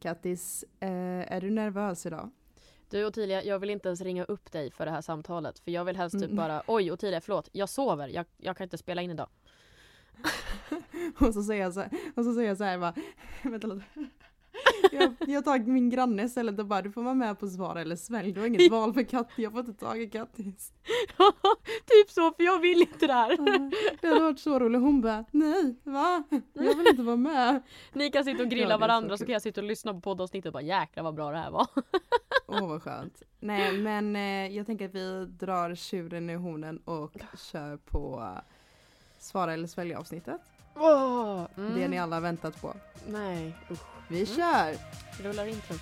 Kattis, är du nervös idag? Du Ottilia, jag vill inte ens ringa upp dig för det här samtalet. För jag vill helst typ bara, oj Ottilia, förlåt, jag sover. Jag kan inte spela in idag. Och så säger jag så här bara, vänta lite. Jag har tagit min granne istället och bara, du får vara med på Svara eller Svälj. Du har inget val för Katti, jag får inte tag i Kattis. Typ så, för jag vill inte det här. Det hade varit så roligt. Hon bara, nej, va? Jag vill inte vara med. Ni kan sitta och grilla varandra så kan jag sitta och lyssna på poddavsnittet och bara, jäklar vad bra det här var. Vad skönt. Nej, men jag tänker att vi drar tjuren i hornen och kör på Svara eller Svälj avsnittet. Det ni alla har väntat på. Nej, usch. Vi kör! Rullar introt.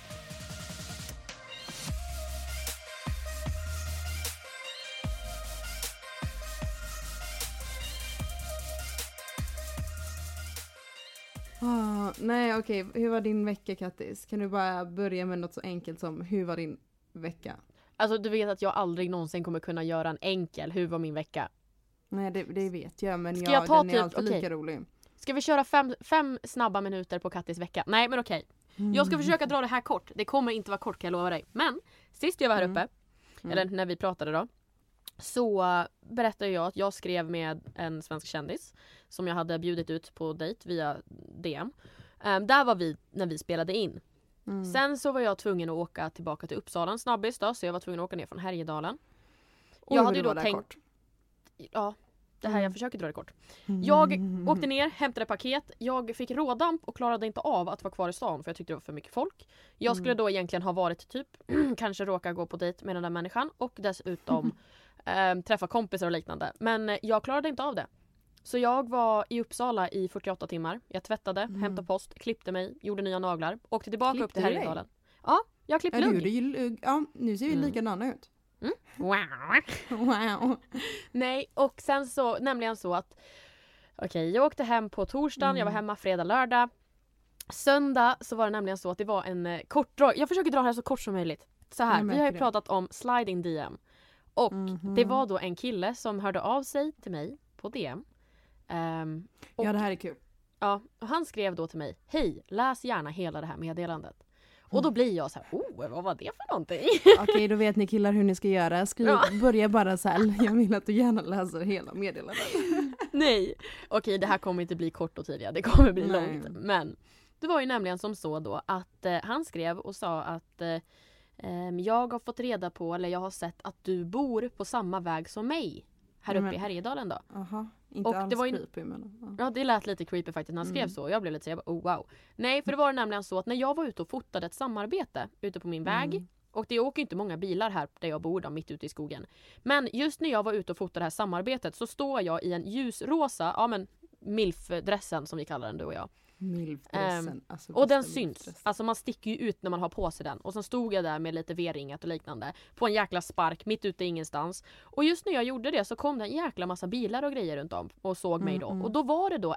Nej, okej. Hur var din vecka, Kattis? Kan du bara börja med något så enkelt som, hur var din vecka? Alltså du vet att jag aldrig någonsin kommer kunna göra en enkel, hur var min vecka? Nej, det vet jag, men den är alltid lika rolig. Ska vi köra fem snabba minuter på Kattis vecka? Nej, men okej. Jag ska försöka dra det här kort. Det kommer inte vara kort, kan jag lova dig. Men sist jag var här uppe, eller när vi pratade då, så berättade jag att jag skrev med en svensk kändis som jag hade bjudit ut på dejt via DM. Där var vi när vi spelade in. Sen så var jag tvungen att åka tillbaka till Uppsala en snabbis då, så jag var tvungen att åka ner från Härjedalen. Jag hade ju då tänkt... Kort. Ja, det här jag försöker dra det kort. Jag åkte ner, hämtade paket. Jag fick rådamp och klarade inte av att vara kvar i stan för jag tyckte det var för mycket folk. Jag skulle då egentligen ha varit typ kanske råka gå på dejt med den där människan och dessutom träffa kompisar och liknande. Men jag klarade inte av det. Så jag var i Uppsala i 48 timmar. Jag tvättade, hämtade post, klippte mig, gjorde nya naglar. Åkte tillbaka upp till Härjedalen. Ja, jag klippte lugg. Ja, nu ser vi likadana ut. Wow. Nej, och sen så, nämligen så att jag åkte hem på torsdagen, jag var hemma fredag, lördag. Söndag så var det nämligen så att det var en kort drag. Jag försöker dra det här så kort som möjligt. Så här, vi har ju pratat om sliding DM. Och det var då en kille som hörde av sig till mig på DM. Ja, det här är kul. Ja, och han skrev då till mig, hej, läs gärna hela det här meddelandet. Och då blir jag så här, vad var det för någonting? Okej, då vet ni killar hur ni ska göra. Börja bara så här, jag vill att du gärna läser hela meddelandet. Nej, okej, det här kommer inte bli kort och tidigare, det kommer bli långt. Men det var ju nämligen som så då att han skrev och sa att jag har fått reda på, eller jag har sett att du bor på samma väg som mig. Här uppe i Härjedalen då. Aha, inte och alls det var creepy. Men, ja, det lät lite creepy faktiskt när han skrev så. Jag blev lite så, jag bara, wow. Nej, för det var nämligen så att när jag var ute och fotade ett samarbete ute på min väg. Och det åker inte många bilar här där jag bor då, mitt ute i skogen. Men just när jag var ute och fotade det här samarbetet så står jag i en ljusrosa, ja men milf-dressen som vi kallar den, du och jag. Milf-dressen. Och den syns. Alltså man sticker ju ut när man har på sig den. Och sen stod jag där med lite V-ringat och liknande. På en jäkla spark, mitt ute ingenstans. Och just när jag gjorde det så kom det en jäkla massa bilar och grejer runt om. Och såg mig då. Och då var det då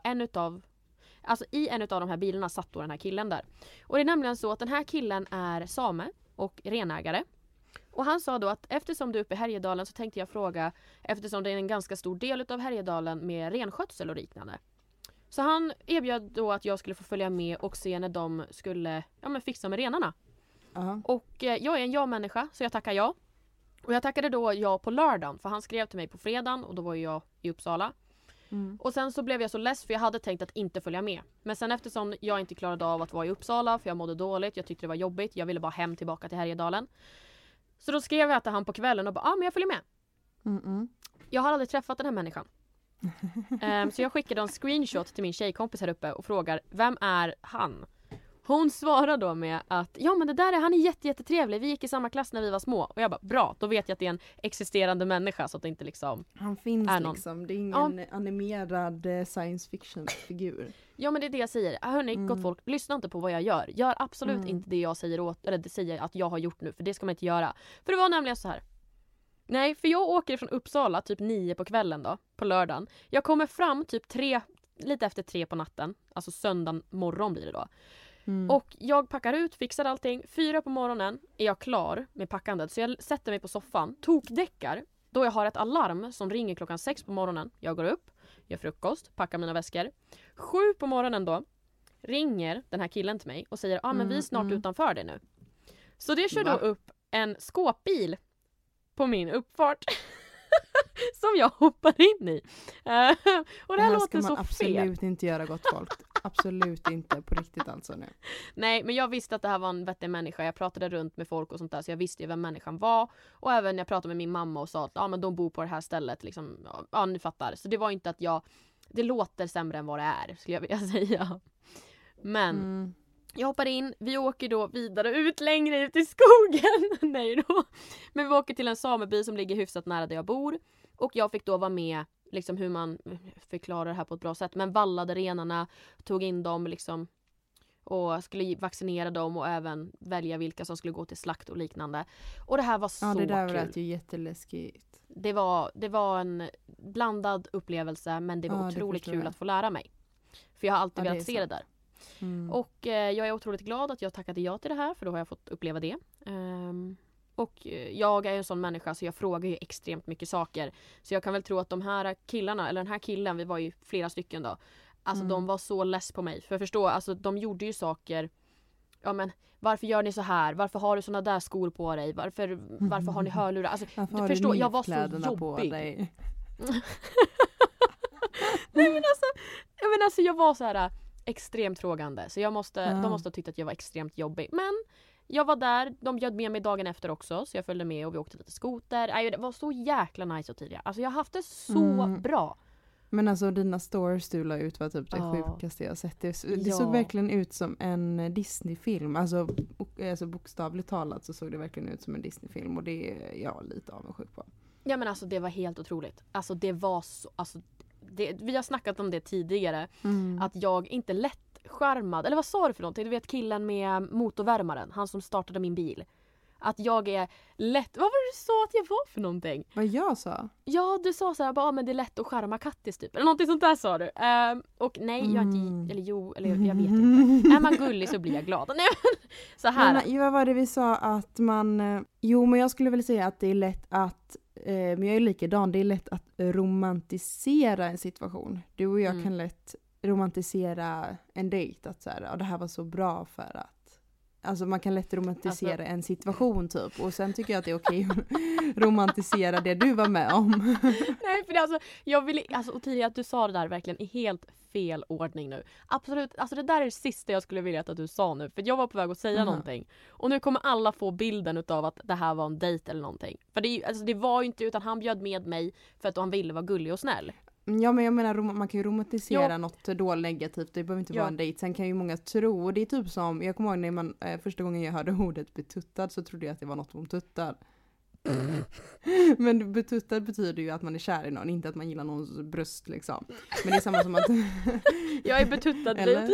i en av de här bilarna satt då den här killen där. Och det är nämligen så att den här killen är same och renägare. Och han sa då att eftersom du är uppe i Härjedalen så tänkte jag fråga, eftersom det är en ganska stor del av Härjedalen med renskötsel och liknande. Så han erbjöd då att jag skulle få följa med och se när de skulle fixa med renarna. Och jag är en ja-människa så jag tackar ja. Och jag tackade då ja på lördagen för han skrev till mig på fredagen och då var jag i Uppsala. Och sen så blev jag så less för jag hade tänkt att inte följa med. Men sen eftersom jag inte klarade av att vara i Uppsala för jag mådde dåligt, jag tyckte det var jobbigt, jag ville bara hem tillbaka till Härjedalen. Så då skrev jag till han på kvällen och bara, men jag följer med. Jag har aldrig träffat den här människan. Så jag skickade en screenshot till min tjejkompis här uppe och frågar, vem är han? Hon svarar då med att men det där han är jättetrevlig, vi gick i samma klass när vi var små. Och jag bara, bra, då vet jag att det är en existerande människa så att det inte liksom han finns är någon... liksom, det är ingen animerad science fiction-figur. Ja, men det är det jag säger. Hörrni, gott folk, lyssna inte på vad jag gör. Gör absolut inte det jag säger åt, eller det säger att jag har gjort nu, för det ska man inte göra. För det var nämligen så här. Nej, för jag åker från Uppsala typ 9 på kvällen då, på lördagen. Jag kommer fram typ 3, lite efter 3 på natten. Alltså söndag morgon blir det då. Och jag packar ut, fixar allting. 4 på morgonen är jag klar med packandet. Så jag sätter mig på soffan, tokdäckar. Då jag har ett alarm som ringer klockan 6 på morgonen. Jag går upp, gör frukost, packar mina väskor. 7 på morgonen då ringer den här killen till mig och säger men vi är snart utanför det nu. Så det kör då upp en skåpbil på min uppfart som jag hoppar in i. Och det här låter så fel. Absolut inte göra gott folk. Absolut inte på riktigt alltså nu. Nej, men jag visste att det här var en vettig människa. Jag pratade runt med folk och sånt där, så jag visste ju vem människan var. Och även när jag pratade med min mamma och sa att men de bor på det här stället liksom, ni fattar. Så det var inte att det låter sämre än vad det är, skulle jag vilja säga. Men jag hoppar in, vi åker då vidare ut längre ut i skogen. Nej då. Men vi åker till en sameby som ligger hyfsat nära där jag bor. Och jag fick då vara med liksom hur man förklarar det här på ett bra sätt. Men vallade renarna, tog in dem liksom och skulle vaccinera dem och även välja vilka som skulle gå till slakt och liknande. Och det här var så kul. Ja, det där lät ju jätteläskigt. Det var en blandad upplevelse, men det var otroligt kul att få lära mig. För jag har alltid velat se det där. Och jag är otroligt glad att jag tackade ja till det här, för då har jag fått uppleva det. Och jag är en sån människa så jag frågar ju extremt mycket saker. Så jag kan väl tro att de här killarna, eller den här killen, vi var ju flera stycken då. Alltså de var så less på mig. För förstå, alltså de gjorde ju saker. Ja men, varför gör ni så här? Varför har du såna där skor på dig? Varför har ni hörlurar? Alltså, du förstår, jag var så jobbig. På dig? Nej men alltså jag var så här extremt frågande. Så de måste ha tyckt att jag var extremt jobbig. Men jag var där, de bjöd med mig dagen efter också. Så jag följde med och vi åkte lite skoter. Det var så jäkla nice och tidigare. Alltså jag har haft det så bra. Men alltså dina stories du la ut var typ det sjukaste jag sett. Det såg verkligen ut som en Disney-film. Alltså bokstavligt talat så såg det verkligen ut som en Disney-film. Och det är jag lite avundsjuk på. Ja men alltså det var helt otroligt. Alltså det var så... Alltså, vi har snackat om det tidigare. Att jag inte lätt skärmad. Eller vad sa du för någonting? Du vet killen med motorvärmaren. Han som startade min bil. Att jag är lätt... Vad var det du sa att jag var för någonting? Vad jag sa? Ja, du sa så här, men det är lätt att skärma Kattis typ. Eller någonting sånt där sa du. Och nej, jag är inte... Eller jag vet inte. Är man gullig så blir jag glad. Nej, så här. Men, vad var det vi sa att man... Jo, men jag skulle väl säga att det är lätt att... Men jag är likadan. Det är lätt att romantisera en situation. Du och jag kan lätt romantisera en dejt. Att så här, det här var så bra för att... Alltså man kan lätt romantisera en situation typ. Och sen tycker jag att det är okej att romantisera det du var med om. Nej, för alltså, jag vill... Alltså, och tidigare att du sa det där verkligen i helt fel ordning nu. Absolut. Alltså det där är det sista jag skulle vilja att du sa nu. För jag var på väg att säga någonting. Och nu kommer alla få bilden av att det här var en dejt eller någonting. För det var ju inte, utan han bjöd med mig för att han ville vara gullig och snäll. Ja, men jag menar man kan ju romantisera något då negativt. Det behöver inte vara en dejt. Sen kan ju många tro, och det är typ som, jag kommer ihåg när man första gången jag hörde ordet betuttad så trodde jag att det var något om tuttar. Men betuttad betyder ju att man är kär i någon, inte att man gillar någons bröst liksom. Men det är samma som att... Jag är betuttad tydligen.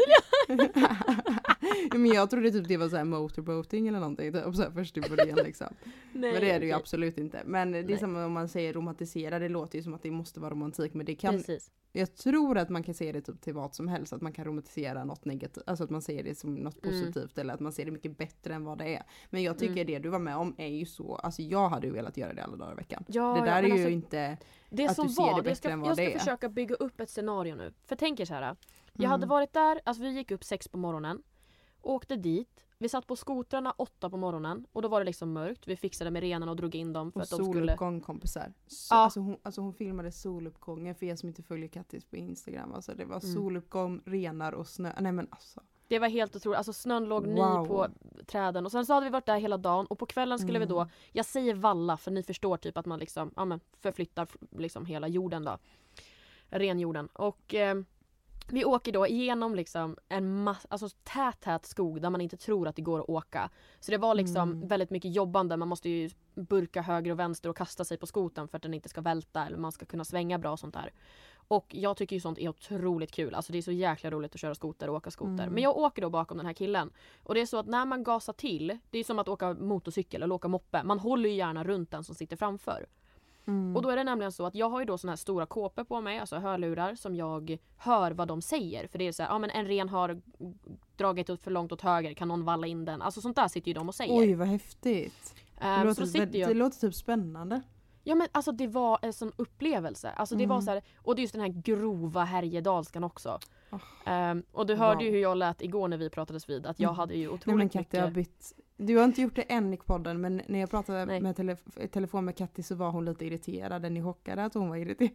Men jag trodde typ det var så här motorboating eller någonting typ, så här först i början liksom. Nej, men det är det ju absolut inte. Men det är samma om man säger romantisera, det låter ju som att det måste vara romantik, men det kan... Precis. Jag tror att man kan se det typ till vad som helst, att man kan romantisera något negativt, alltså att man ser det som något positivt eller att man ser det mycket bättre än vad det är. Men jag tycker det du var med om är ju så, alltså jag hade ju velat göra det alla dagar i veckan. Ja, det där är ju alltså, inte det att du ser det bättre än vad det är. Jag ska försöka bygga upp ett scenario nu. För tänk er så här, jag hade varit där, alltså vi gick upp 6 på morgonen, åkte dit. Vi satt på skotrarna 8 på morgonen och då var det liksom mörkt. Vi fixade med renarna och drog in dem för och att de skulle... soluppgång, kompisar. Alltså hon filmade soluppgången för er som inte följer Kattis på Instagram. Alltså det var soluppgång, renar och snö. Nej men alltså. Det var helt otroligt. Alltså snön låg ny på träden. Och sen så hade vi varit där hela dagen. Och på kvällen skulle vi då... Jag säger valla för ni förstår typ att man liksom förflyttar liksom hela jorden då. Renjorden. Och... vi åker då igenom liksom en tät skog där man inte tror att det går att åka. Så det var liksom väldigt mycket jobbande. Man måste ju burka höger och vänster och kasta sig på skoten för att den inte ska välta eller man ska kunna svänga bra och sånt där. Och jag tycker ju sånt är otroligt kul. Alltså det är så jäkla roligt att köra skoter och åka skoter. Men jag åker då bakom den här killen. Och det är så att när man gasar till, det är som att åka motorcykel eller åka moppe. Man håller ju gärna runt den som sitter framför. Och då är det nämligen så att jag har ju då såna här stora kåpor på mig, alltså hörlurar som jag hör vad de säger. För det är så här, men en ren har dragit ut för långt åt höger, kan någon valla in den? Alltså sånt där sitter ju de och säger. Oj, vad häftigt. Det låter typ spännande. Ja men alltså det var en sån upplevelse. Alltså det var så här, och det är just den här grova härjedalskan också. Och du hörde ju hur jag lät igår när vi pratades vid. Att jag hade ju otroligt mycket... Jag har bytt. Du har inte gjort det än i podden, men när jag pratade med telefon med Kattis så var hon lite irriterad. Ni chockade att hon var irriterad.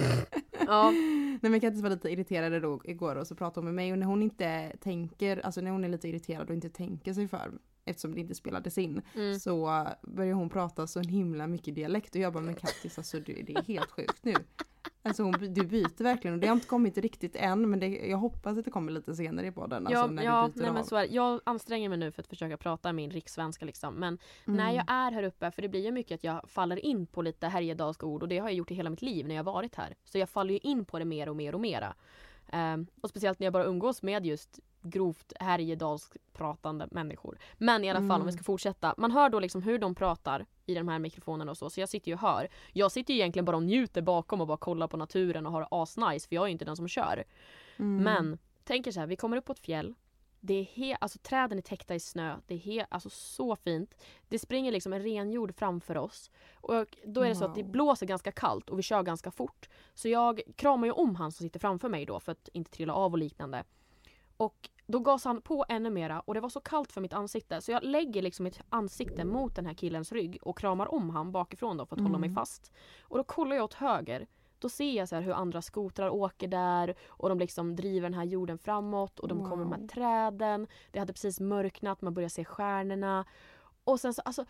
Ja. Nej, men Kattis var lite irriterad då igår och så pratade hon med mig. Och när hon inte tänker, alltså när hon är lite irriterad och inte tänker sig för, eftersom det inte spelades in, så börjar hon prata så en himla mycket dialekt. Och jag bara, med Kattis, alltså det är helt sjukt nu. Alltså du byter verkligen, och det har inte kommit riktigt än, men jag hoppas att det kommer lite senare i podden. Alltså när du byter men så är, jag anstränger mig nu för att försöka prata min rikssvenska liksom, men när jag är här uppe, för det blir ju mycket att jag faller in på lite härjedalska ord, och det har jag gjort i hela mitt liv när jag varit här. Så jag faller ju in på det mer och mer och mera. Och speciellt när jag bara umgås med just grovt härjedalspratande människor. Men i alla fall, om vi ska fortsätta. Man hör då liksom hur de pratar i de här mikrofonerna och så jag sitter ju och hör. Jag sitter ju egentligen bara och njuter bakom och bara kollar på naturen och har asnice, för jag är ju inte den som kör. Men tänker så här, vi kommer upp på ett fjäll. Det är alltså träden är täckta i snö. Det är alltså så fint. Det springer liksom en renjord framför oss. Och då är det så att det blåser ganska kallt och vi kör ganska fort. Så jag kramar ju om han som sitter framför mig då för att inte trilla av och liknande. Och då gasar han på ännu mera, och det var så kallt för mitt ansikte. Så jag lägger liksom mitt ansikte mot den här killens rygg och kramar om han bakifrån då för att hålla mig fast. Och då kollar jag åt höger. Då ser jag så här hur andra skotrar åker där, och de liksom driver den här jorden framåt, och de kommer med träden. Det hade precis mörknat, man börjar se stjärnorna. Och sen så, alltså,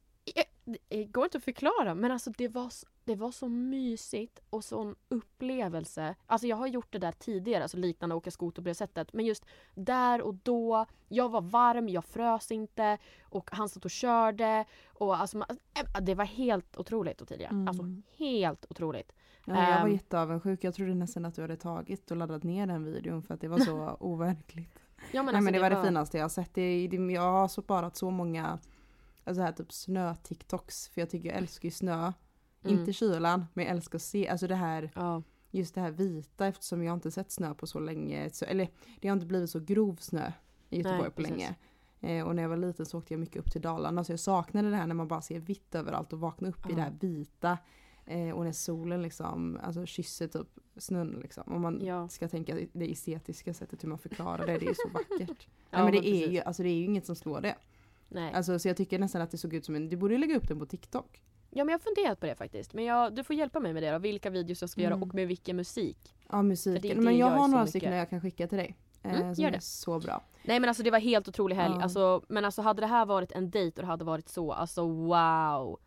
det går inte att förklara, men alltså det var så mysigt och sån upplevelse. Alltså jag har gjort det där tidigare, alltså liknande åka skoter på det sättet, men just där och då, jag var varm, jag frös inte, och han satt och körde, och alltså det var helt otroligt, Ottilia. Alltså helt otroligt. Ja, jag var jätteavundsjuk. Jag trodde nästan att du hade tagit och laddat ner den videon för att det var så overkligt. Ja, men, nej, alltså, men det var det finaste jag har sett. Jag har så sparat så många alltså här typ snö-tiktoks, för jag älskar ju snö. Inte kylan, men jag älskar att se alltså det här, just det här vita, eftersom jag inte sett snö på så länge. Eller det har inte blivit så grov snö i Göteborg på länge. Och när jag var liten så åkte jag mycket upp till Dalarna, så jag saknade det här när man bara ser vitt överallt och vaknar upp i det här vita. Och när solen liksom, alltså kysser typ snön liksom. Om man ska tänka det estetiska sättet hur man förklarar det, det är så vackert. Nej, men det är ju inget som slår det. Nej. Alltså, så jag tycker nästan att det såg ut som du borde lägga upp den på TikTok. Ja, men jag har funderat på det faktiskt. Men du får hjälpa mig med det då, vilka videos jag ska göra och med vilken musik. Ja, musiken. Men jag har några stycken jag kan skicka till dig. Som är så bra. Nej, men alltså det var helt otrolig helg. Alltså, men alltså hade det här varit en dejt och det hade varit så, alltså wow.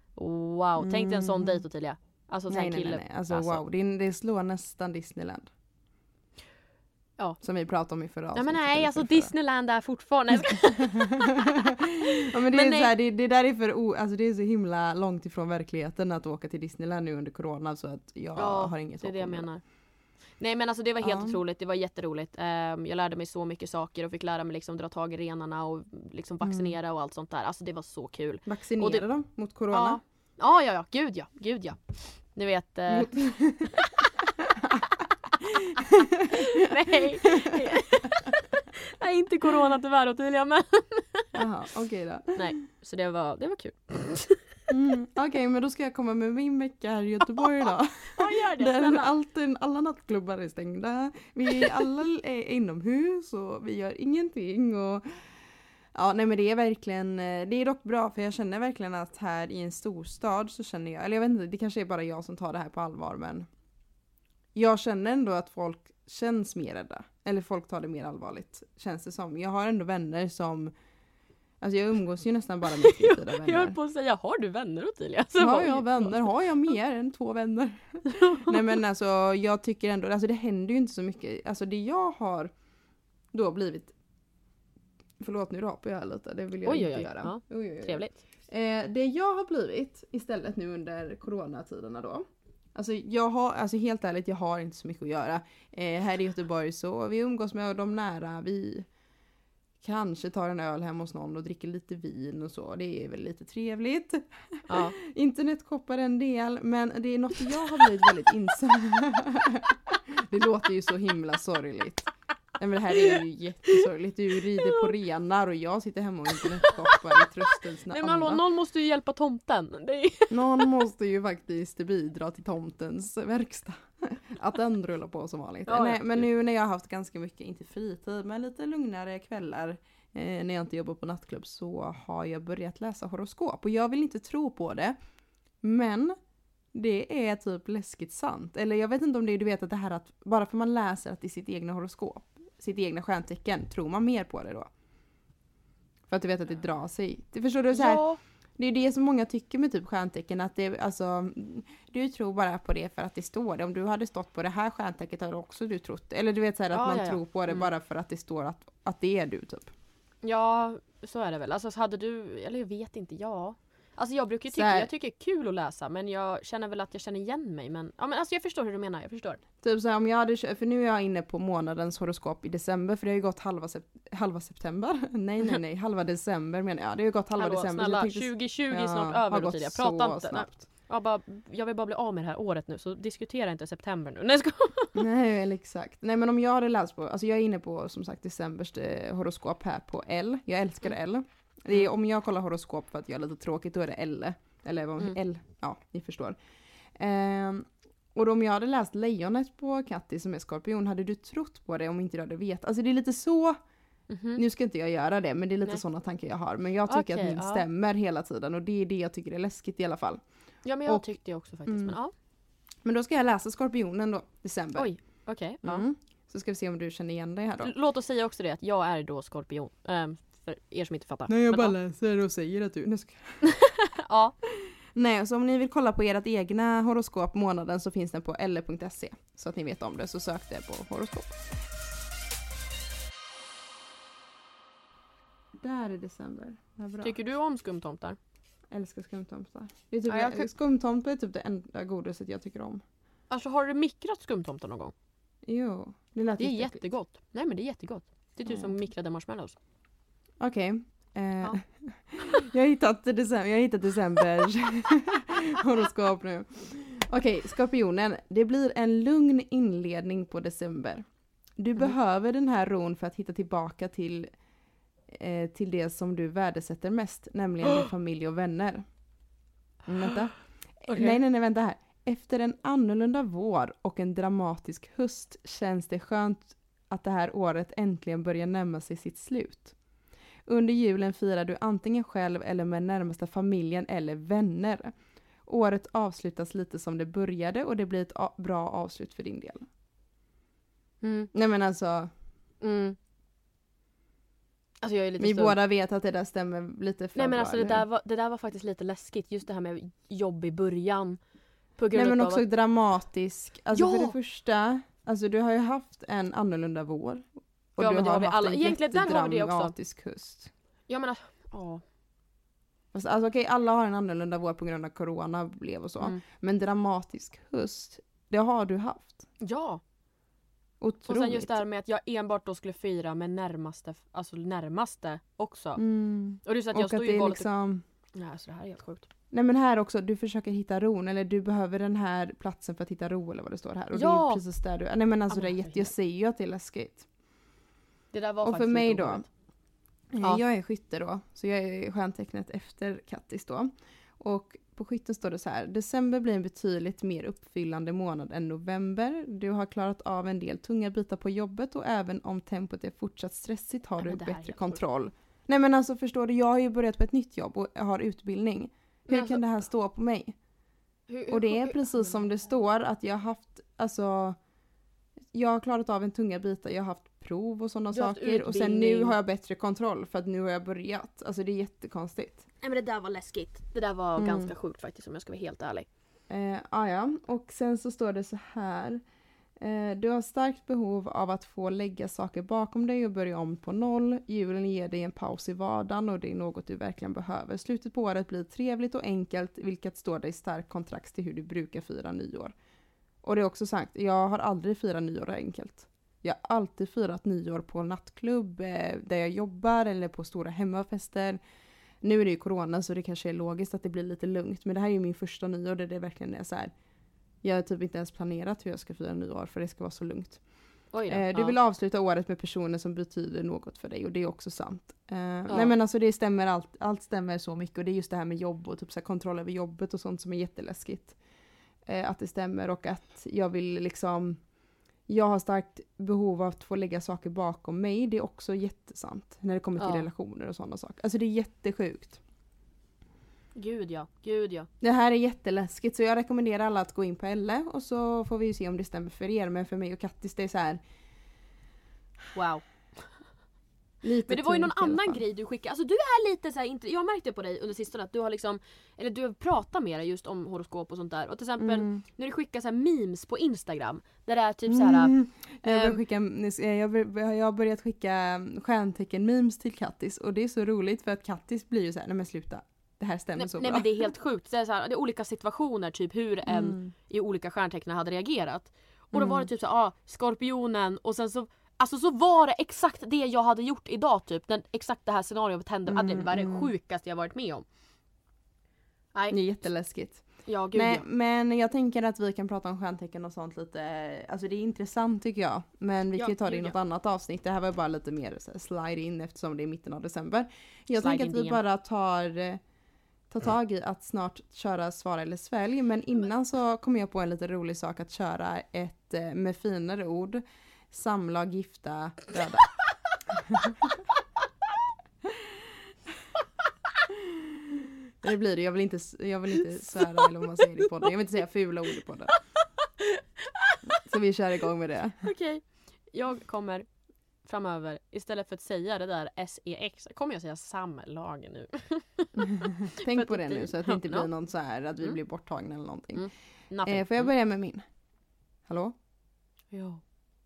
Tänk dig en sån dejt, Ottilia. Alltså nej. Alltså wow, det slår nästan Disneyland. Ja. Som vi pratade om i förra avsnittet. Ja, men nej, alltså Disneyland är fortfarande... ja, men det är så här, det där är alltså det är så himla långt ifrån verkligheten att åka till Disneyland nu under corona, så att jag har inget det är det jag menar. Nej, men alltså det var helt otroligt, det var jätteroligt. Jag lärde mig så mycket saker och fick lära mig liksom dra tag i renarna och liksom vaccinera och allt sånt där. Alltså det var så kul. Vaccinera dem mot corona? Ja, gud ja. Ni vet... Nej, inte corona tyvärr, Ottilia, men... Jaha, okej då. Nej, så det var kul. Okej, men då ska jag komma med min vecka här i Göteborg idag. Ja, gör det. Alla nattklubbar är stängda. Vi alla är inomhus och vi gör ingenting. Och... Ja, nej, men det är verkligen, det är dock bra, för jag känner verkligen att här i en storstad så känner jag, eller jag vet inte, det kanske är bara jag som tar det här på allvar, men jag känner ändå att folk känns mer rädda. Eller folk tar det mer allvarligt, känns det som. Jag har ändå vänner som... Alltså jag umgås ju nästan bara med fritida vänner. Jag höll på att säga, har du vänner, Ottilia? Har jag vänner? Har jag mer än 2 vänner? Nej, men alltså jag tycker ändå... Alltså det händer ju inte så mycket. Alltså det jag har då blivit... Förlåt, nu rapar jag lite. Det vill jag inte göra. Ja. Oj. Trevligt. Det jag har blivit istället nu under coronatiderna då... Alltså helt ärligt, jag har inte så mycket att göra. Här i Göteborg så vi umgås med de nära. Vi kanske tar en öl hem hos någon och dricker lite vin och så. Det är väl lite trevligt. Ja. Internet koppar en del, men det är något jag har blivit väldigt insatt. Det låter ju så himla sorgligt. Nej, men det här är ju jättesorgligt. Du rider på renar och jag sitter hemma och internetshoppar i tröstens Nej, men hallå, någon måste ju hjälpa tomten. Någon måste ju faktiskt bidra till tomtens verkstad. Att den rullar på som vanligt. Ja, Nej, men nu när jag har haft ganska mycket, inte fritid, men lite lugnare kvällar när jag inte jobbar på nattklubb, så har jag börjat läsa horoskop. Och jag vill inte tro på det, men det är typ läskigt sant. Eller jag vet inte om det är, du vet att det här att bara för man läser att det är sitt egna horoskop, sitt egna stjärntecken, tror man mer på det då. För att du vet att det drar sig. Det förstår du så här. Ja. Det är det som många tycker med typ stjärntecken, att det, alltså, du tror bara på det för att det står det. Om du hade stått på det här stjärntecknet hade också du trott. Eller du vet så här att man tror på det bara för att det står att det är du typ. Ja, så är det väl. Alltså hade du, eller jag vet inte, ja. Alltså jag brukar ju tycka, jag tycker det är kul att läsa, men jag känner väl att jag känner igen mig. Men, ja, men alltså jag förstår hur du menar, jag förstår. Typ så här, om jag hade, för nu är jag inne på månadens horoskop i december, för det har ju gått halva september. Nej, halva december menar jag. Det har ju gått halva december. Snälla, 2020 är snart över då tidigare. Prata inte. Snabbt. Jag vill bara bli av med det här året nu, så diskutera inte september nu. Nej, Nej, eller exakt. Nej, men om jag hade läst på, alltså jag är inne på som sagt decembers horoskop här på L. Jag älskar L. Det är, om jag kollar horoskop för att jag är lite tråkigt, då är det L. Eller L, ja, ni förstår. Och om jag hade läst Lejonet på Katti som är skorpion, hade du trott på det om inte du hade vetat? Alltså det är lite så, nu ska inte jag göra det, men det är lite sådana tankar jag har. Men jag tycker att min stämmer hela tiden, och det är det jag tycker är läskigt i alla fall. Ja, men jag tyckte det också faktiskt, men ja. Men då ska jag läsa skorpionen då, december. Oj, okej. Så ska vi se om du känner igen dig här då. Låt oss säga också det, att jag är då skorpion. För er som inte fattar. Nej, jag bara läser och säger att du... Ja. Nej, så om ni vill kolla på ert egna horoskop månaden, så finns den på l.se. Så att ni vet om det, så sök det på horoskop. Där är december. Bra. Tycker du om skumtomtar? Älskar skumtomtar. Det är typ skumtomtar är typ det enda godiset jag tycker om. Alltså, har du mikrat skumtomtar någon gång? Jo, det är jättegott. Nej, men det är jättegott. Det är typ som mikrade marshmallows. Okej. Jag har hittat decembers horoskop nu. Okej, skorpionen. Det blir en lugn inledning på december. Du behöver den här ron för att hitta tillbaka till det som du värdesätter mest, nämligen din familj och vänner. Vänta. Okay. Nej, vänta här. Efter en annorlunda vår och en dramatisk höst känns det skönt att det här året äntligen börjar närma sig sitt slut. Under julen firar du antingen själv eller med närmaste familjen eller vänner. Året avslutas lite som det började, och det blir ett bra avslut för din del. Nej, men alltså... Alltså jag är lite båda vet att det där stämmer lite för. Nej, men alltså det där var faktiskt lite läskigt. Just det här med jobb i början. På grund Nej, men av också dramatisk. Alltså för det första, alltså du har ju haft en annorlunda vår. Och ja, du men det har har vi haft alla. en Egentligen där har vi det också. Dramatisk höst. Ja, men ja. Alltså okej, alla har en annorlunda vår på grund av corona blev och så. Men dramatisk höst, det har du haft. Ja. Otroligt. Och sen just det här med att jag enbart då skulle fira med närmaste också. Och det är så att jag står ju i golvet. Liksom... Nej, alltså det här är helt sjukt. Nej, men här också, du försöker hitta ron, eller du behöver den här platsen för att hitta ro, eller vad det står här. Och det är precis där du... Nej, men alltså det är jag säger ju att det är läskigt. Det där var och för mig då, jag är skytte då, så jag är stjärntecknet efter Kattis då. Och på skytten står det så här: december blir en betydligt mer uppfyllande månad än november. Du har klarat av en del tunga bitar på jobbet, och även om tempot är fortsatt stressigt har du bättre kontroll. Nej, men alltså förstår du, jag har ju börjat på ett nytt jobb och har utbildning. Hur kan det här stå på mig? Och det är precis som det står, att jag har haft, alltså jag har klarat av en tunga bitar, jag har haft prov och sådana saker, och sen nu har jag bättre kontroll för att nu har jag börjat. Alltså det är jättekonstigt. Nej, men det där var läskigt. Det där var ganska sjukt faktiskt, om jag ska vara helt ärlig. Ja. Och sen så står det så här: du har starkt behov av att få lägga saker bakom dig och börja om på noll. Julen ger dig en paus i vardagen, och det är något du verkligen behöver. Slutet på året blir trevligt och enkelt, vilket står dig i stark kontrast till hur du brukar fira nyår. Och det är också sagt, jag har aldrig firat nyår enkelt. Jag har alltid firat nyår på nattklubb, där jag jobbar, eller på stora hemmafester. Nu är det ju corona, så det kanske är logiskt att det blir lite lugnt. Men det här är ju min första nyår, där det verkligen är så här. Jag har typ inte ens planerat hur jag ska fira nyår, för det ska vara så lugnt. Oj då. Du vill avsluta året med personer som betyder något för dig och det är också sant. Nej men alltså det stämmer, allt stämmer så mycket och det är just det här med jobb och typ så här kontroll över jobbet och sånt som är jätteläskigt. Att det stämmer och att jag vill liksom, jag har starkt behov av att få lägga saker bakom mig. Det är också jättesant när det kommer till relationer och sådana saker. Alltså det är jättesjukt. Gud ja. Det här är jätteläskigt så jag rekommenderar alla att gå in på Elle och så får vi ju se om det stämmer för er. Men för mig och Kattis det är så här. Wow. Lite men det var ju någon annan fall. grej du skickade. Alltså du är lite så här, jag märkte på dig under sistone att du har liksom, eller du har pratat med dig just om horoskop och sånt där. Och till exempel när du skickar så här memes på Instagram där det är typ så här. Jag har börjat skicka stjärntecken-memes till Kattis och det är så roligt för att Kattis blir ju så här, nej men sluta. Det här stämmer så bra. Nej men det är helt sjukt. Det är, så här, det är olika situationer typ hur en i olika stjärntecken hade reagerat. Och då var det typ så här, skorpionen och sen så alltså så var det exakt det jag hade gjort idag typ. Exakt det här scenariot hände. Det var det sjukaste jag varit med om. Nej. Det är jätteläskigt. Ja, gud, nej, men jag tänker att vi kan prata om stjärntecken och sånt lite. Alltså det är intressant tycker jag. Men vi kan ju ta det i något annat avsnitt. Det här var bara lite mer så här, slide in eftersom det är mitten av december. Jag tänker att vi bara tar tag i att snart köra svara eller svälj. Men innan så kommer jag på en lite rolig sak att köra ett med finare ord. Samlag, gifta, döda. Det blir det. Jag vill inte svära eller vad man säger i podden. Jag vill inte säga fula ord i podden. Så vi kör igång med det. Okej. Jag kommer framöver, istället för att säga det där SEX, kommer jag säga samlag nu. Tänk på det nu så att det inte blir någon så här att vi blir borttagna eller någonting. Får jag Mm. börja med min? Hallå? Ja.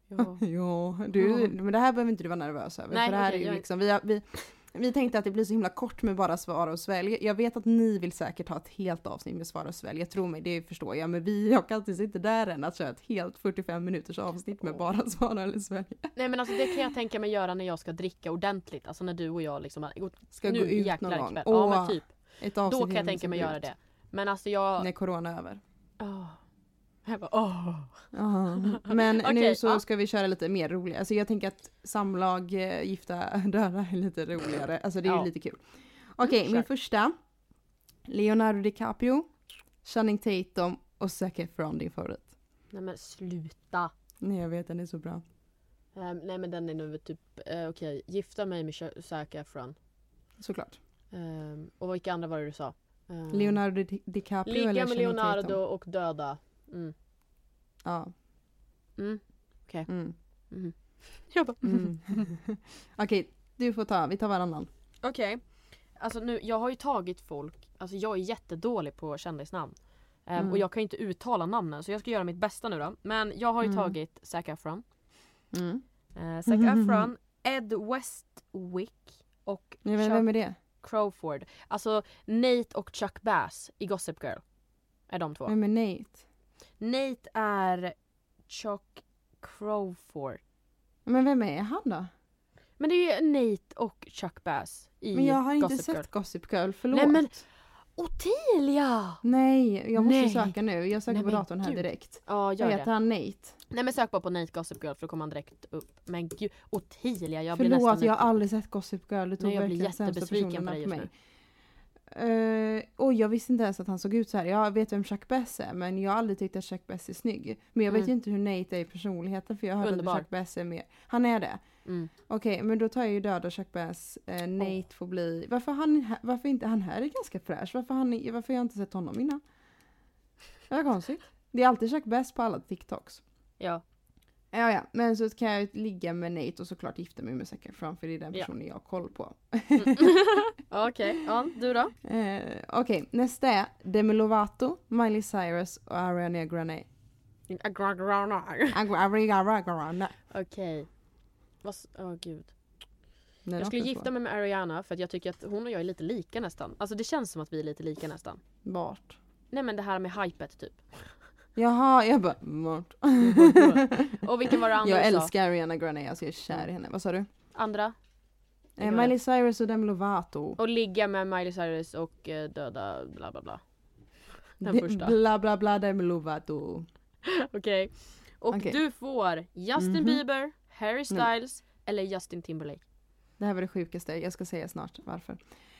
Men det här behöver inte du vara nervös över. Nej, för det här okej, är ju liksom, vi tänkte att det blir så himla kort med bara svara och svälj. Jag vet att ni vill säkert ha ett helt avsnitt med svara och svälj. Jag tror mig, det förstår jag. Men jag kan alltid inte där än att köra ett helt 45 minuters avsnitt med bara svara eller svälj. Nej men alltså det kan jag tänka mig göra när jag ska dricka ordentligt. Alltså när du och jag liksom ska gå ut någon gång. Ja men typ. Ett avsnitt då kan jag tänka mig göra det. Men alltså jag... När corona är över. Jag bara, Men okay, nu så ska vi köra lite mer roligt. Alltså jag tänker att samlag, gifta, döda är lite roligare. Alltså det är ju lite kul. Okej, min första. Leonardo DiCaprio, Channing Tatum och Zac Efron, din favorit. Nej men sluta. Nej jag vet, den är så bra. Nej men den är nu typ, okej. Gifta mig med Zac Efron. Såklart. Och vilka andra var det du sa? Leonardo DiCaprio eller Ligga med Channing Leonardo Tatum? och döda. Ja. Okej. Jag bara... Okej, du får ta. Vi tar varannan. Okej. Alltså nu, jag har ju tagit folk. Alltså jag är jättedålig på kändisnamn. Och jag kan ju inte uttala namnen. Så jag ska göra mitt bästa nu då. Men jag har ju tagit Zac Efron. Zac Efron, Ed Westwick och Vem är det? Crawford. Alltså Nate och Chuck Bass i Gossip Girl. Är de två. Vem är Nate? Nate är Chuck Crawford. Men vem är han då? Men det är ju Nate och Chuck Bass i Gossip Girl. Men jag har inte sett Gossip Girl, förlåt. Nej men Ottilia! Nej, jag måste söka nu. Jag söker på datorn här direkt. Ja, gör Vad det. heter han, Nate? Nej men sök bara på Nate Gossip Girl för då kommer han direkt upp. Men gud, Ottilia, jag blir förlåt, nästan... jag har aldrig sett Gossip Girl. Det tog jag blir verkligen sämsta jättebesviken på personerna dig för just mig. nu. Jag visste inte ens att han såg ut så här. Jag vet vem Chuck Bass är, men jag har aldrig tyckt att Chuck Bass är snygg. Men jag vet ju inte hur Nate är i personligheten, för jag hörde att Chuck Bass är med. Han är det? Okej, men då tar jag ju döda Chuck Bass. Nate får bli... Varför inte han här är ganska fräsch? Varför har jag inte sett honom innan? Det är konstigt. Det är alltid Chuck Bass på alla TikToks. Ja. Ja, men så kan jag ligga med Nate och såklart gifta mig med Zac Efron, för det är den personen jag har koll på. Okej, ja, du då? Okej, nästa är Demi Lovato, Miley Cyrus och Ariana Grande. Okej. Gud. Jag skulle gifta mig med Ariana för att jag tycker att hon och jag är lite lika nästan. Alltså det känns som att vi är lite lika nästan. Vart? Nej men det här med hypet typ. Jaha, jag bara vart? Och vilken var det andra jag du sa? älskar Ariana Grande, alltså jag är kär i henne. Vad sa du? Andra? Miley Cyrus och Demi Lovato. Och ligga med Miley Cyrus och döda bla bla bla. Den första. Bla bla bla Demi Lovato. Okej. Och Okej. du får Justin Bieber, Harry Styles eller Justin Timberlake. Det här var det sjukaste. Jag ska säga snart varför.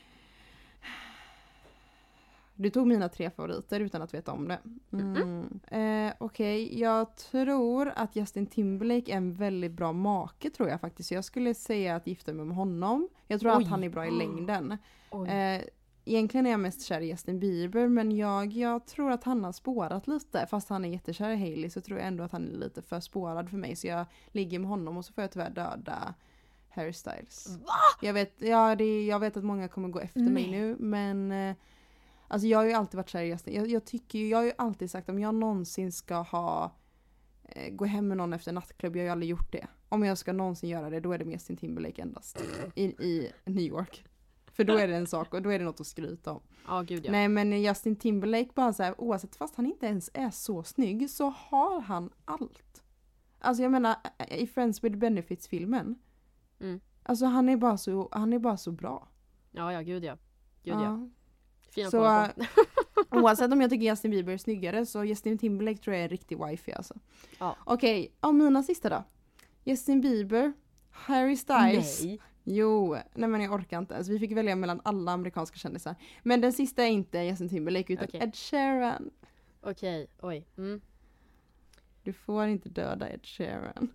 Du tog mina 3 favoriter utan att veta om det. Okej, jag tror att Justin Timberlake är en väldigt bra make, tror jag faktiskt. Jag skulle säga att gifta mig med honom. Jag tror att han är bra i längden. Egentligen är jag mest kär i Justin Bieber, men jag tror att han har spårat lite. Fast han är jättekär i Hailey så tror jag ändå att han är lite för spårad för mig. Så jag ligger med honom och så får jag tyvärr döda Harry Styles. Va? Jag vet att många kommer gå efter mig nu, men alltså jag har ju alltid varit kär i Justin. Jag har ju alltid sagt om jag någonsin ska gå hem med någon efter nattklubb, jag har ju aldrig gjort det. Om jag ska någonsin göra det, då är det med Justin Timberlake endast i New York. För då är det en sak och då är det något att skryta om. Ja, gud ja. Nej, men Justin Timberlake bara så här, oavsett fast han inte ens är så snygg så har han allt. Alltså jag menar i Friends with Benefits-filmen. Alltså han är bara så bra. Ja, gud ja. Fina så kolla på. oavsett om jag tycker Justin Bieber är snyggare så Justin Timberlake tror jag är en riktig wifi alltså. Ja. Okej, mina sista då. Justin Bieber, Harry Styles. Nej. Jo, nej men jag orkar inte. Alltså, vi fick välja mellan alla amerikanska kändisar. Men den sista är inte Justin Timberlake utan Ed Sheeran. Okej, oj. Du får inte döda Ed Sheeran.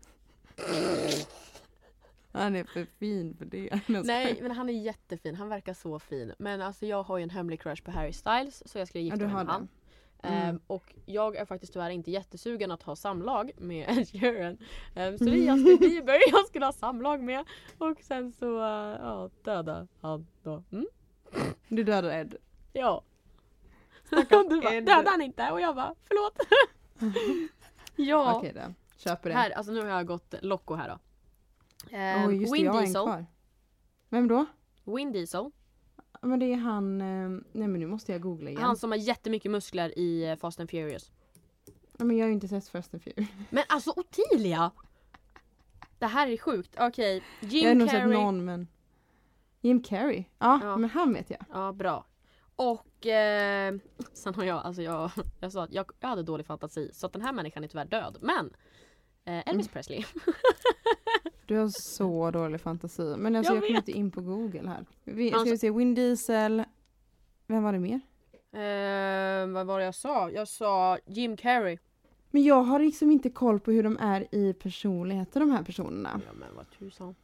Han är för fin för det. Nej, men han är jättefin. Han verkar så fin. Men alltså jag har ju en hemlig crush på Harry Styles. Så jag skulle gifta mig med han. Och jag är faktiskt tyvärr inte jättesugen att ha samlag med Ed Sheeran. Så det är Justin Bieber jag skulle ha samlag med. Och sen så döda han då. Du dödar Ed. Ja. Du bara, döda han inte. Och jag bara, förlåt. Ja. Okej då, köper det. Här, alltså nu har jag gått Loco här då. Just Vin det, jag har en Diesel. kvar. Vem då? Vin Diesel. Men det är han... nej men nu måste jag googla igen. Han som har jättemycket muskler i Fast and Furious. Men jag har ju inte sett Fast and Furious. Men alltså Ottilia! Det här är sjukt. Okej, Jim jag har nog Carrey. sett någon, men... Jim Carrey? Ja, men han vet jag. Ja, bra. Och sen har jag sa att jag hade dålig fantasi. Så att den här människan är tyvärr död. Men Elvis Presley. Du har så dålig fantasi. Men alltså jag kommer inte in på Google här. Ska vi se, Vin Diesel. Vem var det mer? Vad var det jag sa? Jag sa Jim Carrey. Men jag har liksom inte koll på hur de är i personligheter, de här personerna. Ja, men vad tusan.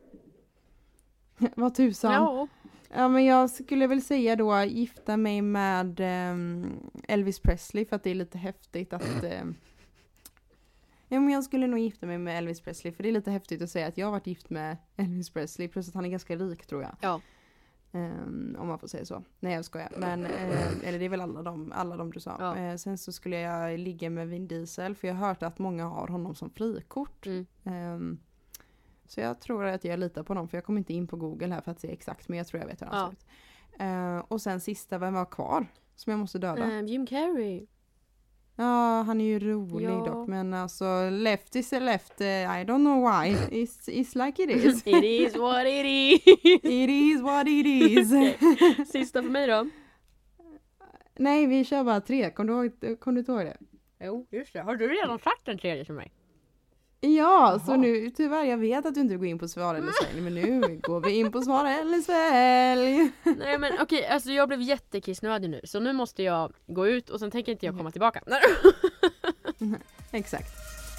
Vad tusan. Ja. Ja, men jag skulle väl säga då gifta mig med Elvis Presley för att det är lite häftigt att... Ja, men jag skulle nog gifta mig med Elvis Presley för det är lite häftigt att säga att jag har varit gift med Elvis Presley plus att han är ganska rik, tror jag. Ja. Om man får säga så. Nej, jag skojar. Men, eller det är väl alla de du sa. Ja. Sen så skulle jag ligga med Vin Diesel för jag har hört att många har honom som frikort. Så jag tror att jag litar på honom för jag kommer inte in på Google här för att se exakt, men jag tror jag vet hur han ser ut. Och sen sista, vem var kvar som jag måste döda? Jim Carrey. Ja, han är ju rolig dock, men alltså left is a left, I don't know why, it's like it is. It is what it is. It is what it is. Sista för mig då? Nej, vi kör bara 3, kom du ihåg det? Jo, just det. Har du redan sagt den tredje för mig? Ja, så nu tyvärr, jag vet att du inte går in på svar eller svälj, men nu går vi in på svar eller svälj. Nej men okej, alltså jag blev jättekissnödig nu, så nu måste jag gå ut och sen tänker inte jag komma tillbaka. Exakt.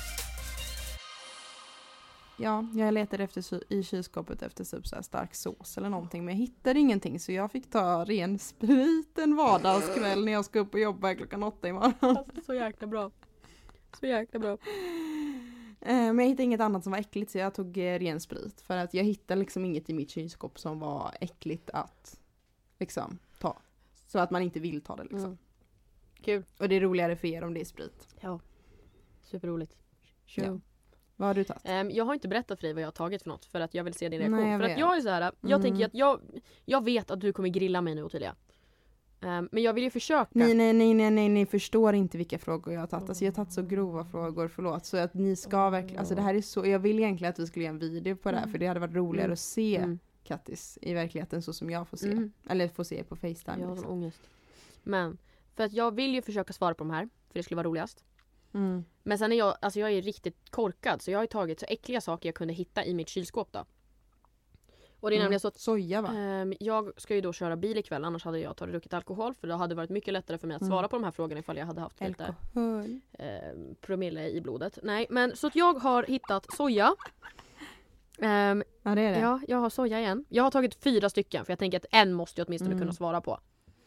Ja, jag letade i kylskåpet efter typ så här stark sås eller någonting, men jag hittade ingenting så jag fick ta ren sprit en vardagskväll när jag ska upp och jobba klockan 8 imorgon. Alltså, så jäkla bra. Så jäkla bra. Men jag hittade inget annat som var äckligt så jag tog ren sprit. För att jag hittade liksom inget i mitt kylskåp som var äckligt att liksom ta. Så att man inte vill ta det liksom. Kul. Och det är roligare för er om det är sprit. Ja, superroligt. Ja. Vad har du tagit? Jag har inte berättat för dig vad jag har tagit för något. För att jag vill se din reaktion. Nej, för att jag är så här, jag tänker att jag vet att du kommer grilla mig nu, Ottilia. Men jag vill ju försöka. Nej, förstår inte vilka frågor jag har tagit. Alltså jag har tagit så grova frågor, förlåt. Så att ni ska verkligen, alltså det här är så, jag vill egentligen att vi skulle göra en video på det här. För det hade varit roligare att se Kattis i verkligheten så som jag får se. Eller får se på FaceTime. Jag har sån ångest. Men, för att jag vill ju försöka svara på de här. För det skulle vara roligast. Men sen är jag är riktigt korkad. Så jag har ju tagit så äckliga saker jag kunde hitta i mitt kylskåp då. Och det är nämligen så att soja, va? jag ska ju då köra bil ikväll. Annars hade jag druckit alkohol. För det hade varit mycket lättare för mig att svara på de här frågorna ifall jag hade haft lite promille i blodet. Nej, men så att jag har hittat soja. Ja, det är det. Ja, jag har soja igen. Jag har tagit 4 stycken. För jag tänker att en måste jag åtminstone kunna svara på.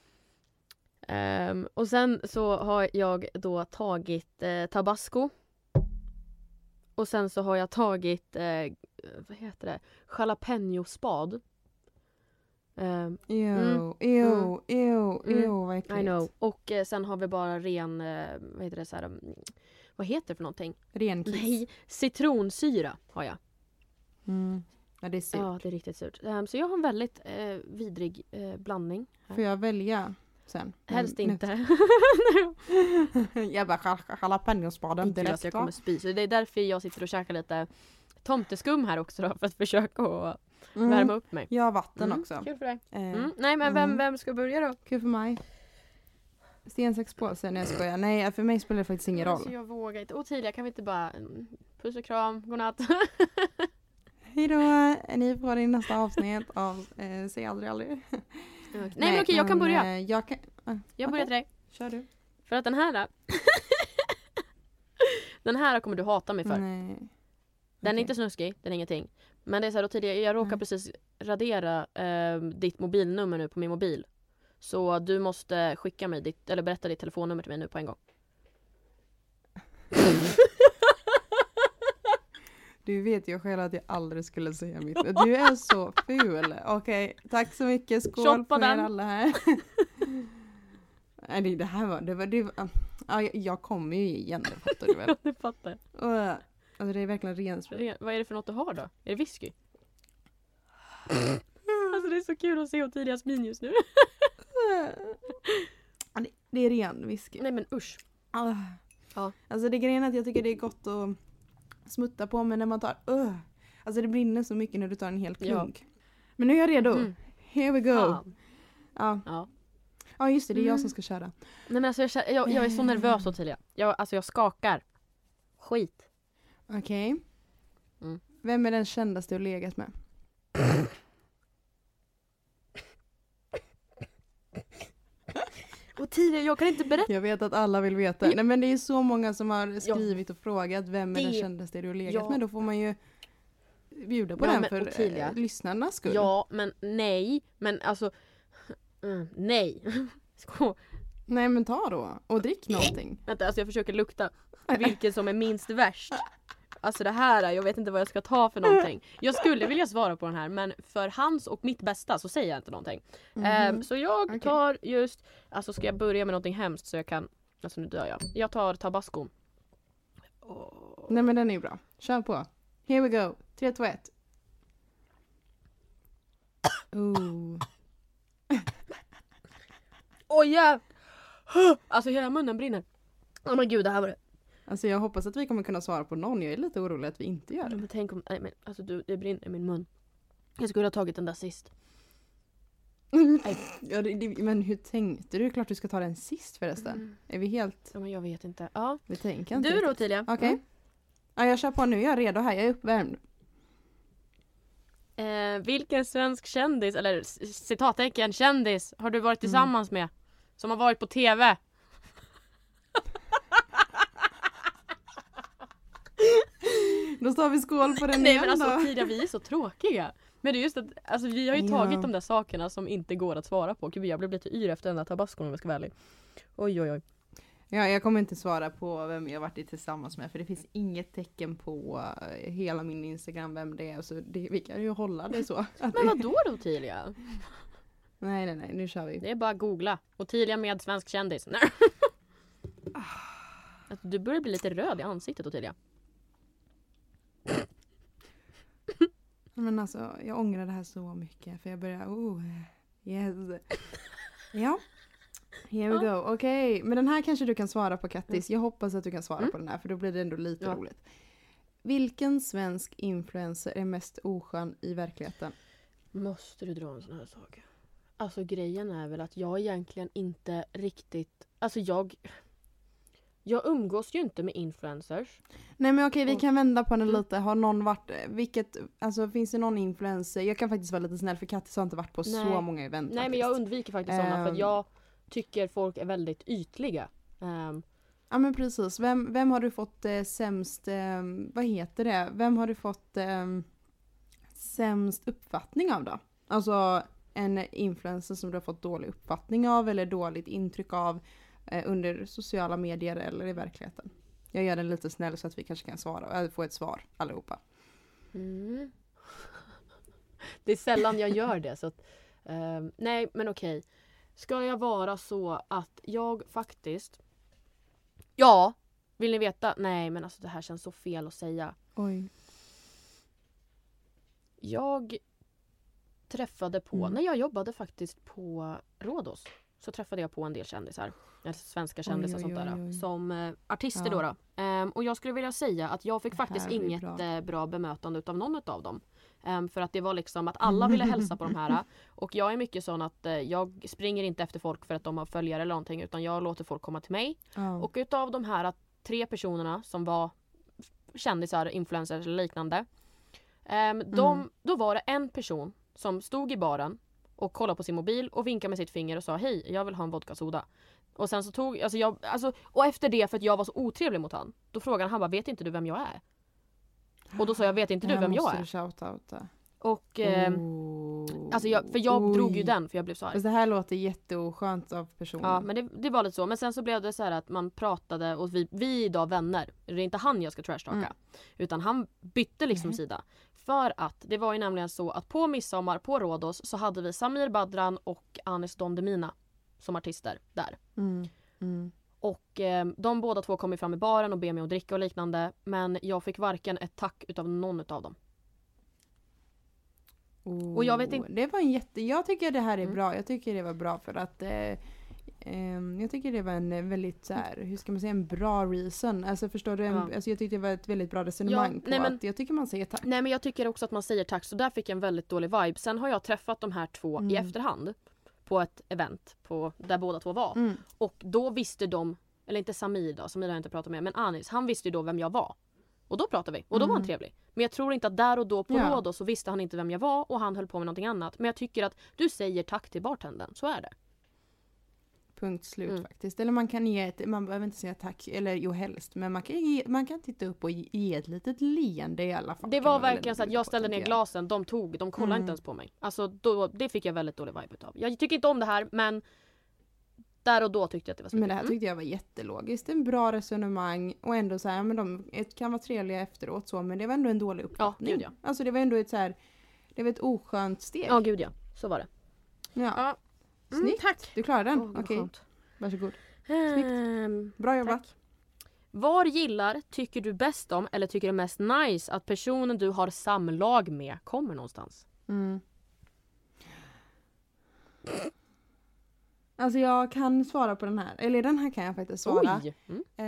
Och sen så har jag då tagit tabasco. Och sen så har jag tagit vad heter det? Jalapeno-spad. Vad äckligt. I know. Och sen har vi bara ren vad heter det så här, vad heter det för någonting? Ren kiss. Nej, citronsyra har jag. Ja, det är surt. Ja, det är riktigt surt. Så jag har en väldigt vidrig blandning här. Får jag välja sen? Helst inte. Jag bara jalapeno-spaden Inte direkt, att jag kommer spy. Så det är därför jag sitter och käkar lite tomteskum här också då, för att försöka att värma upp mig. Jag har vatten också. Kul för dig. Nej, men vem ska börja då? Kul för mig. Sten, sax, påse. Nej, jag skojar. Nej, för mig spelar det faktiskt ingen roll. Alltså, jag vågar inte. Tidigare kan vi inte bara puss och kram, godnatt. Hej då. Ni får i nästa avsnitt av Se aldrig. Nej, men okej, jag kan börja. Jag börjar till dig. Kör du. För att den här den här kommer du hata mig för. Nej. Den är inte snuskig, den är ingenting. Men det är så här, då tidigare, jag råkar precis radera ditt mobilnummer nu på min mobil. Så du måste skicka mig eller berätta ditt telefonnummer till mig nu på en gång. Du vet ju själv att jag aldrig skulle säga mitt. Du är så ful. Okej, tack så mycket. Skål Shoppa på er den. alla här. Nej, det här var... Ja, jag kommer ju igen, det fattar du väl? Det fattar. Alltså det är verkligen rensprit. Vad är det för något du har då? Är det whisky? Alltså det är så kul att se Ottilias min just nu. Det är ren whisky. Nej men usch. Ja. Alltså det grejen är att jag tycker det är gott att smutta på, men när man tar alltså det brinner så mycket när du tar en hel klunk. Men nu är jag redo. Here we go. Ja, just det är jag som ska köra. Nej men alltså jag är så nervös, Ottilia. Jag skakar. Skit. Okej. Vem är den kändaste du legat med? Ottilia, jag kan inte berätta. Jag vet att alla vill veta. Nej, men det är så många som har skrivit och frågat vem är den kändaste du har legat med. Då får man ju bjuda på den för lyssnarnas skull. Ja, men nej. Men alltså, nej. Nej, men ta då. Och drick någonting. Vänta, alltså jag försöker lukta vilken som är minst värst. Alltså det här, jag vet inte vad jag ska ta för någonting. Jag skulle vilja svara på den här, men för hans och mitt bästa så säger jag inte någonting. Så jag tar just, alltså ska jag börja med någonting hemskt så jag kan, alltså nu dör jag. Jag tar tabasco. Nej, men den är ju bra. Kör på. Here we go. 3, 2, 1. Oj, alltså hela munnen brinner. Åh men gud, det här var det. Alltså jag hoppas att vi kommer kunna svara på någon. Jag är lite orolig att vi inte gör det. Men tänk om, nej men alltså det brinner i min mun. Jag skulle ha tagit den där sist. Ja, men hur tänkte du? Klart du ska ta den sist förresten. Är vi helt... Ja, men jag vet inte. Ja. Vi tänker inte. Du då, Ottilia? Okej. Ja, jag kör på nu. Jag är redo här. Jag är uppvärmd. Vilken svensk kändis, eller citattecken kändis, har du varit tillsammans med? Som har varit på TV? Då står vi skål på den Nej, igen men alltså då. Tidia, vi är så tråkiga. Men det är just att alltså, vi har ju tagit de där sakerna som inte går att svara på. Gud, jag blev lite yr efter den där tabascon om jag ska vara ärlig. Oj. Ja, jag kommer inte svara på vem jag varit tillsammans med. För det finns inget tecken på hela min Instagram vem det är. Så vi kan ju hålla det så. Men vadå då, Tidia? Nej, nu kör vi. Det är bara att googla. Ottilia med svensk kändis. Alltså, du börjar bli lite röd i ansiktet, Ottilia. Men alltså, jag ångrar det här så mycket. För jag börjar, yes. Ja, here we go. Okej, men den här kanske du kan svara på, Kattis. Jag hoppas att du kan svara på den här, för då blir det ändå lite roligt. Vilken svensk influencer är mest oskön i verkligheten? Måste du dra en sån här sak? Alltså grejen är väl att jag egentligen inte riktigt... Alltså Jag umgås ju inte med influencers. Nej men okej, vi kan vända på den lite. Har någon varit, finns det någon influencer? Jag kan faktiskt vara lite snäll för Kattis har inte varit på så många event. Nej, men jag undviker faktiskt sådana för att jag tycker folk är väldigt ytliga. Ja men precis. Vem har du fått sämst, vad heter det? Vem har du fått sämst uppfattning av då? Alltså en influencer som du har fått dålig uppfattning av eller dåligt intryck av under sociala medier eller i verkligheten. Jag gör den lite snäll så att vi kanske kan få ett svar allihopa. Mm. Det är sällan jag gör det så att, nej men okej. Ska jag vara så att jag faktiskt vill ni veta? Nej men alltså det här känns så fel att säga. Oj. Jag träffade på, när jag jobbade faktiskt på Rhodos så träffade jag på en del kändisar. Svenska kändisar och sånt där. Som artister då. Och jag skulle vilja säga att jag fick faktiskt inget bra bemötande utav någon av dem. För att det var liksom att alla ville hälsa på de här. Och jag är mycket sån att jag springer inte efter folk för att de har följare eller någonting. Utan jag låter folk komma till mig. Och utav de här 3 personerna som var kändisar, influencers eller liknande. Då var det en person som stod i baren och kollade på sin mobil och vinkade med sitt finger och sa hej, jag vill ha en vodka soda. Och sen så tog, och efter det för att jag var så otrevlig mot han. Då frågade han bara, vet inte du vem jag är? Och då sa jag, vet inte du vem jag är? Och för jag drog ju den för jag blev så arg. Det här låter jätteoskönt av personen. Ja, men det var lite så. Men sen så blev det så här att man pratade och vi är idag vänner. Det är inte han jag ska trashtalka. Utan han bytte liksom sida. För att det var ju nämligen så att på midsommar på Rhodos så hade vi Samir Badran och Anis Don Demina som artister där. Och de båda två kom fram i baren och ber mig att dricka och liknande. Men jag fick varken ett tack utav någon av dem. Och jag vet inte. Det var jag tycker det här är bra. Jag tycker det var bra för att jag tycker det var en väldigt så här, hur ska man säga, en bra reason. Alltså förstår du? Alltså jag tyckte det var ett väldigt bra resonemang att jag tycker man säger tack. Nej men jag tycker också att man säger tack, så där fick jag en väldigt dålig vibe. Sen har jag träffat de här 2 i efterhand på ett event där båda 2 var. Och då visste de, eller inte Samir då, Samir har jag inte pratat med, men Anis, han visste ju då vem jag var. Och då pratade vi. Och då var han trevlig. Men jag tror inte att där och då på Rhodos så visste han inte vem jag var. Och han höll på med någonting annat. Men jag tycker att du säger tack till bartendern. Så är det. Punkt slut faktiskt. Eller man kan man behöver inte säga tack. Eller helst. Men man kan titta upp och ge ett litet leende i alla fall. Det var verkligen så att jag ställde ner glasen. De kollade inte ens på mig. Alltså det fick jag väldigt dålig vibe utav. Jag tycker inte om det här, men där och då tyckte jag att det var så. Men det här tyckte jag var jättelogiskt. En bra resonemang. Och ändå så här, men de kan vara trevliga efteråt så. Men det var ändå en dålig uppfattning. Ja, gud ja. Alltså det var ändå det var ett oskönt steg. Ja, gud ja. Så var det. Ja. Snyggt. Tack. Du klarade den. Okej. Varsågod. Snyggt. Bra jobbat. Tack. Var tycker du bäst om eller tycker det är mest nice att personen du har samlag med kommer någonstans? Alltså jag kan svara på den här. Eller den här kan jag faktiskt svara. Oj!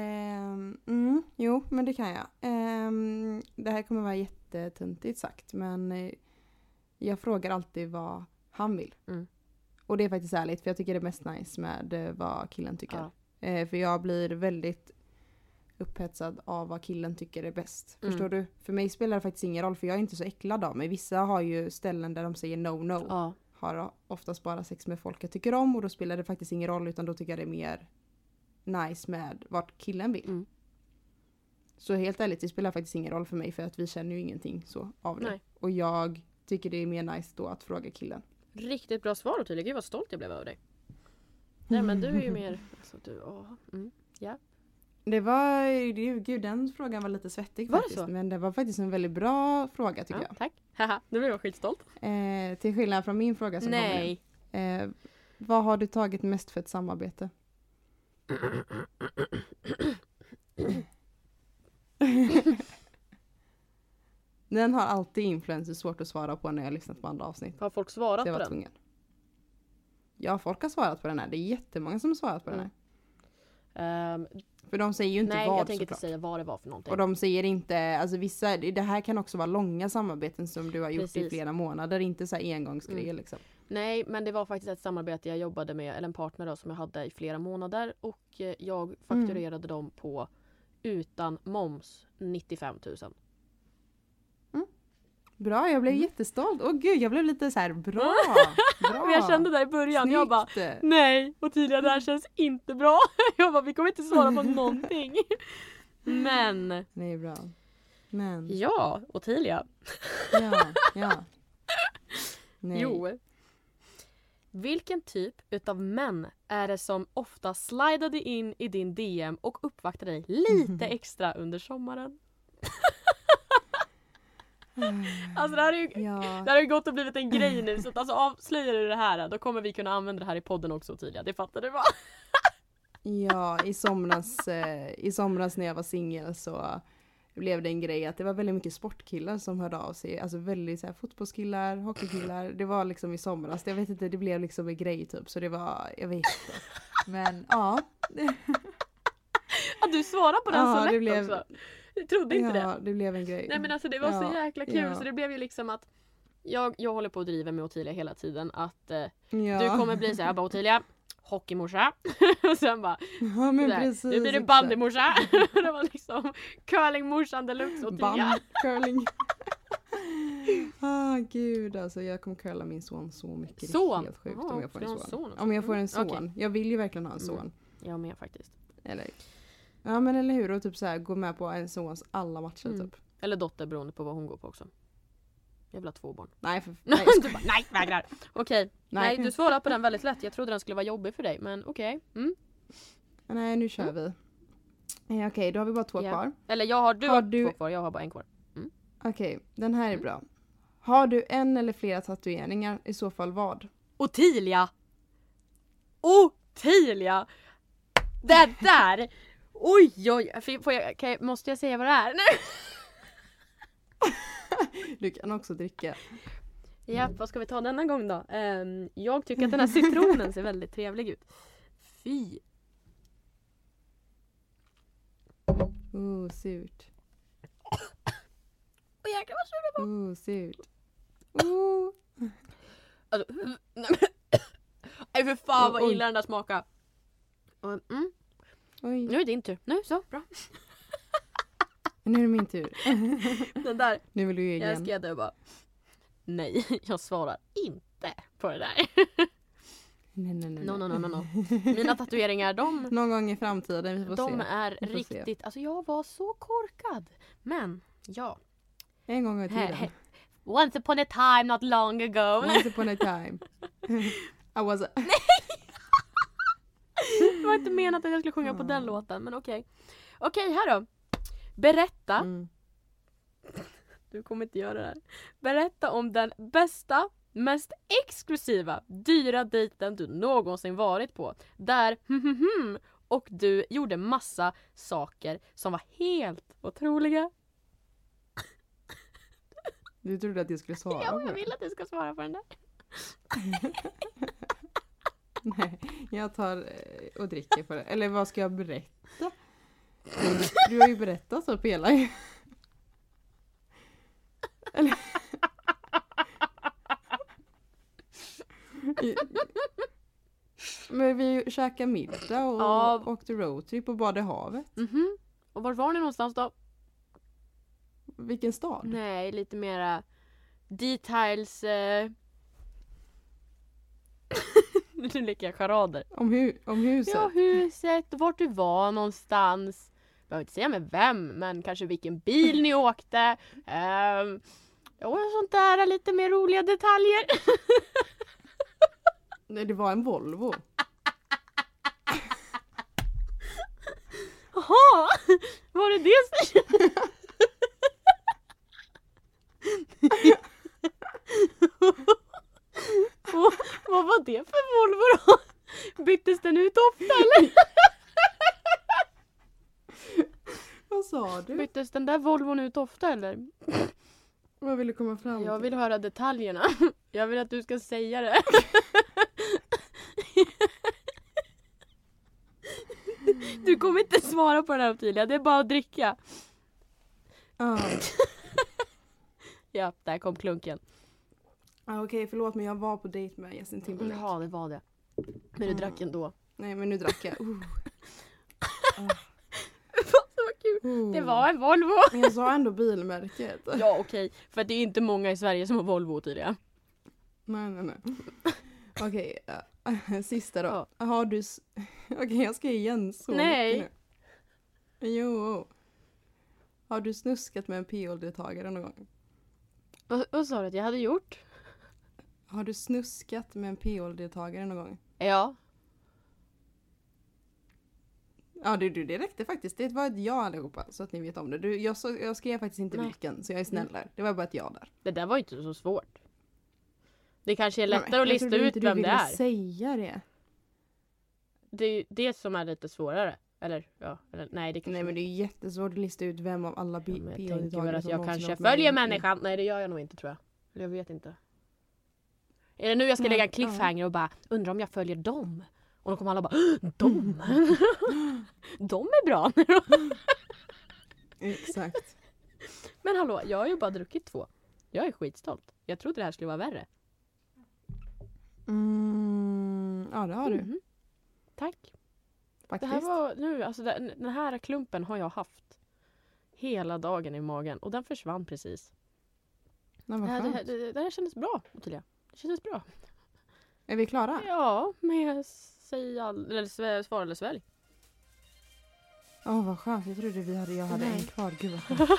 Jo, men det kan jag. Det här kommer vara jättetöntigt sagt. Men jag frågar alltid vad han vill. Och det är faktiskt ärligt. För jag tycker det är mest nice med vad killen tycker. För jag blir väldigt upphetsad av vad killen tycker är bäst. Förstår du? För mig spelar det faktiskt ingen roll. För jag är inte så äcklad av mig. Vissa har ju ställen där de säger no. Ja. Har oftast bara sex med folk jag tycker om. Och då spelar det faktiskt ingen roll. Utan då tycker jag det är mer nice med vad killen vill. Så helt ärligt, det spelar faktiskt ingen roll för mig. För att vi känner ju ingenting så av det. Nej. Och jag tycker det är mer nice då att fråga killen. Riktigt bra svar Ottilia. Gud vad stolt jag blev över dig. Nej men du är ju mer... Alltså, ja. Gud, den frågan var lite svettig var faktiskt. Det så? Men det var faktiskt en väldigt bra fråga tycker jag. Tack. Haha, nu blir jag skitstolt. Till skillnad från min fråga som Nej. kommer. Vad har du tagit mest för ett samarbete? Den har alltid influencer svårt att svara på när jag har lyssnat på andra avsnitt. Har folk svarat på den? Tvungen. Ja, folk har svarat på den här. Det är jättemånga som har svarat på den här. För de säger ju inte nej, vad. Nej, jag tänker inte säga vad det var för någonting. Och de säger inte, alltså vissa, det här kan också vara långa samarbeten som du har gjort i flera månader. Inte så här engångsgrejer liksom. Nej, men det var faktiskt ett samarbete jag jobbade med, eller en partner då, som jag hade i flera månader. Och jag fakturerade dem på utan moms 95 000. Bra, jag blev jättestolt. Åh gud, jag blev lite så här bra. Och jag kände där i början, jag bara, nej, Ottilia, det här känns inte bra. Jag bara, vi kommer inte svara på någonting. Men. Nej, bra. Men. Ja, Ottilia. Ja. Nej. Jo. Vilken typ utav män är det som ofta slidade in i din DM och uppvaktade dig lite extra under sommaren? Alltså det här har ju gått och blivit en grej nu, så att alltså avslöjar du det här, då kommer vi kunna använda det här i podden också, Ottilia. Det fattar du va? Ja, i somras när jag var singel så blev det en grej att det var väldigt mycket sportkillar som hörde av sig. Alltså väldigt så här, fotbollskillar, hockeykillar. Det var liksom i somras. Jag vet inte, det blev liksom en grej typ. Så det var, jag vet inte. Men ja. Att du svarar på den så lätt också. Jag trodde inte det. Ja, det blev en grej. Nej men alltså det var så jäkla kul. Så det blev ju liksom att jag håller på att driva med Ottilia hela tiden. Att du kommer bli så här, bara Ottilia, hockeymorsa. Och sen bara, ja, men precis, nu blir det bandymorsa. Det var liksom curlingmorsan deluxe Ottilia. Curling. Gud, alltså jag kommer curla min son så mycket. Son? Det är helt sjukt om jag får en son. Om jag får en son. Okay. Jag vill ju verkligen ha en son. Jag med faktiskt. Eller hur? Och typ så här, gå med på en sons alla matcher typ. Eller dotter, beroende på vad hon går på också. Jag vill ha 2 barn. Nej, nej, vägrar. Okej. Nej, du svarade på den väldigt lätt. Jag trodde den skulle vara jobbig för dig, men okej. Nej, nu kör vi. Okej, då har vi bara 2 kvar. Eller du har 2 kvar, jag har bara 1 kvar. Okej, den här är bra. Har du en eller flera tatueringar? I så fall vad? Ottilia! Det där! Oj! Måste jag säga vad det är? Nej. Du kan också dricka. Ja, vad ska vi ta denna gång då? Jag tycker att den här citronen ser väldigt trevlig ut. Fy! Surt. Jäklar vad sur det var. Surt. Alltså, nej för fan vad illa den där smakar. Nu är det din tur. Nu, så, bra. Nu är det min tur. Den där. Nu vill du ju igen. Jag skrev det och bara, nej, jag svarar inte på det där. Nej. No. Mina tatueringar, någon gång i framtiden, vi får se. De är riktigt, alltså jag var så korkad. Men, ja. En gång i tiden. Once upon a time, not long ago. Once upon a time. Nej! Det var inte menat att jag skulle sjunga på den låten, men okej. Okej, här då. Berätta. Du kommer inte göra det här. Berätta om den bästa, mest exklusiva, dyra dejten du någonsin varit på. Där och du gjorde massa saker som var helt otroliga. Du trodde att jag skulle svara på det? Ja, jag vill att du ska svara på den där. Nej, jag tar och dricker på det. Eller vad ska jag berätta? Du har ju berättat så på hela. Eller... Men vi käkade middag och åkte roadtrip och badade havet. Och var var ni någonstans då? Vilken stad? Nej, lite mera details. Nu leker jag charader. Om huset? Ja, huset. Vart du var någonstans. Jag behöver inte säga med vem, men kanske vilken bil ni åkte. Och sånt där, lite mer roliga detaljer. Nej, det var en Volvo. Jaha, var det det? Vad var det för Volvo då? Byttes den ut ofta eller? Vad sa du? Byttes den där Volvon ut ofta eller? Vad vill du komma fram till? Jag vill höra detaljerna. Jag vill att du ska säga det. Du kommer inte svara på den här Ottilia. Det är bara att dricka. Ja, Ja, där kom klunken. Okej, förlåt men jag var på dejt med Justin Timberlake. Ja, det var det. Men du drack ändå. Nej, men nu drack jag. Det var kul. Det var en Volvo. Jag sa ändå bilmärket. Ja, okej. För det är inte många i Sverige som har Volvo tydligen. Nej. Okej, sista då. Har du... Okej, jag ska igen så Nej. mycket nu. Jo. Har du snuskat med en PO-deltagare någon gång? Vad sa du att jag hade gjort? Har du snuskat med en PO-deltagare någon gång? Ja. Ja, det räckte faktiskt. Det var ett ja allihopa, så att ni vet om det. Jag skrev faktiskt inte vilken, så jag är snäll där. Det var bara ett ja där. Det där var inte så svårt. Det kanske är lättare att lista ut vem det är. Säga det. Det är ju det som är lite svårare. Eller nej, det kanske... Nej, men det är jättesvårt att lista ut vem av alla jag tänker väl att jag kanske följer människan. Nej, det gör jag nog inte, tror jag. Eller jag vet inte. Är det nu jag ska lägga en cliffhanger och bara undrar om jag följer dem? Och då kommer alla bara, de? De är bra. Exakt. Men hallå, jag har ju bara druckit 2. Jag är skitstolt. Jag trodde det här skulle vara värre. Ja, det har du. Mm-hmm. Tack. Faktiskt. Det här var nu, alltså den här klumpen har jag haft hela dagen i magen. Och den försvann precis. Nej, Det här kändes bra, Ottilia. Det kändes bra. Är vi klara? Ja, med svar eller svälj. Vad skönt. Jag trodde jag hade en kvar. Gud vad skönt.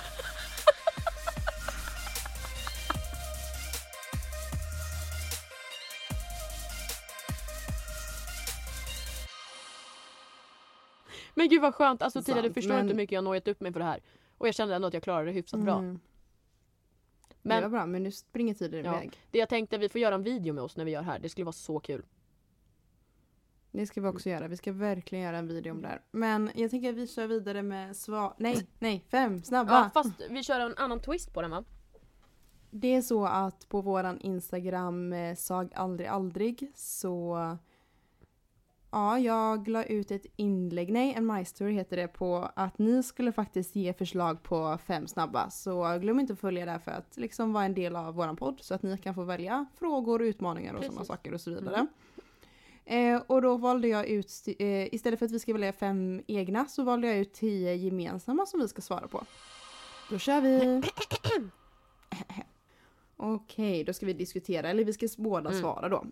Men gud vad skönt. Alltså Tia, du förstår inte hur mycket jag nojat upp mig för det här. Och jag kände ändå att jag klarade det hyfsat bra. Men det var bra, men nu springer tiden iväg. Det jag tänkte, vi får göra en video med oss när vi gör här. Det skulle vara så kul. Det ska vi också göra. Vi ska verkligen göra en video om det här. Men jag tänker att vi kör vidare med svar. Nej, 5, snabba. Ja, fast vi kör en annan twist på den, va? Det är så att på våran Instagram sag aldrig så... Ja, jag la ut ett inlägg, en My Story heter det, på att ni skulle faktiskt ge förslag på 5 snabba. Så glöm inte att följa det för att liksom vara en del av våran podd så att ni kan få välja frågor, utmaningar och sådana saker och så vidare. Och då valde jag ut, istället för att vi ska välja 5 egna så valde jag ut 10 gemensamma som vi ska svara på. Då kör vi! Okej, då ska vi diskutera, eller vi ska båda svara då.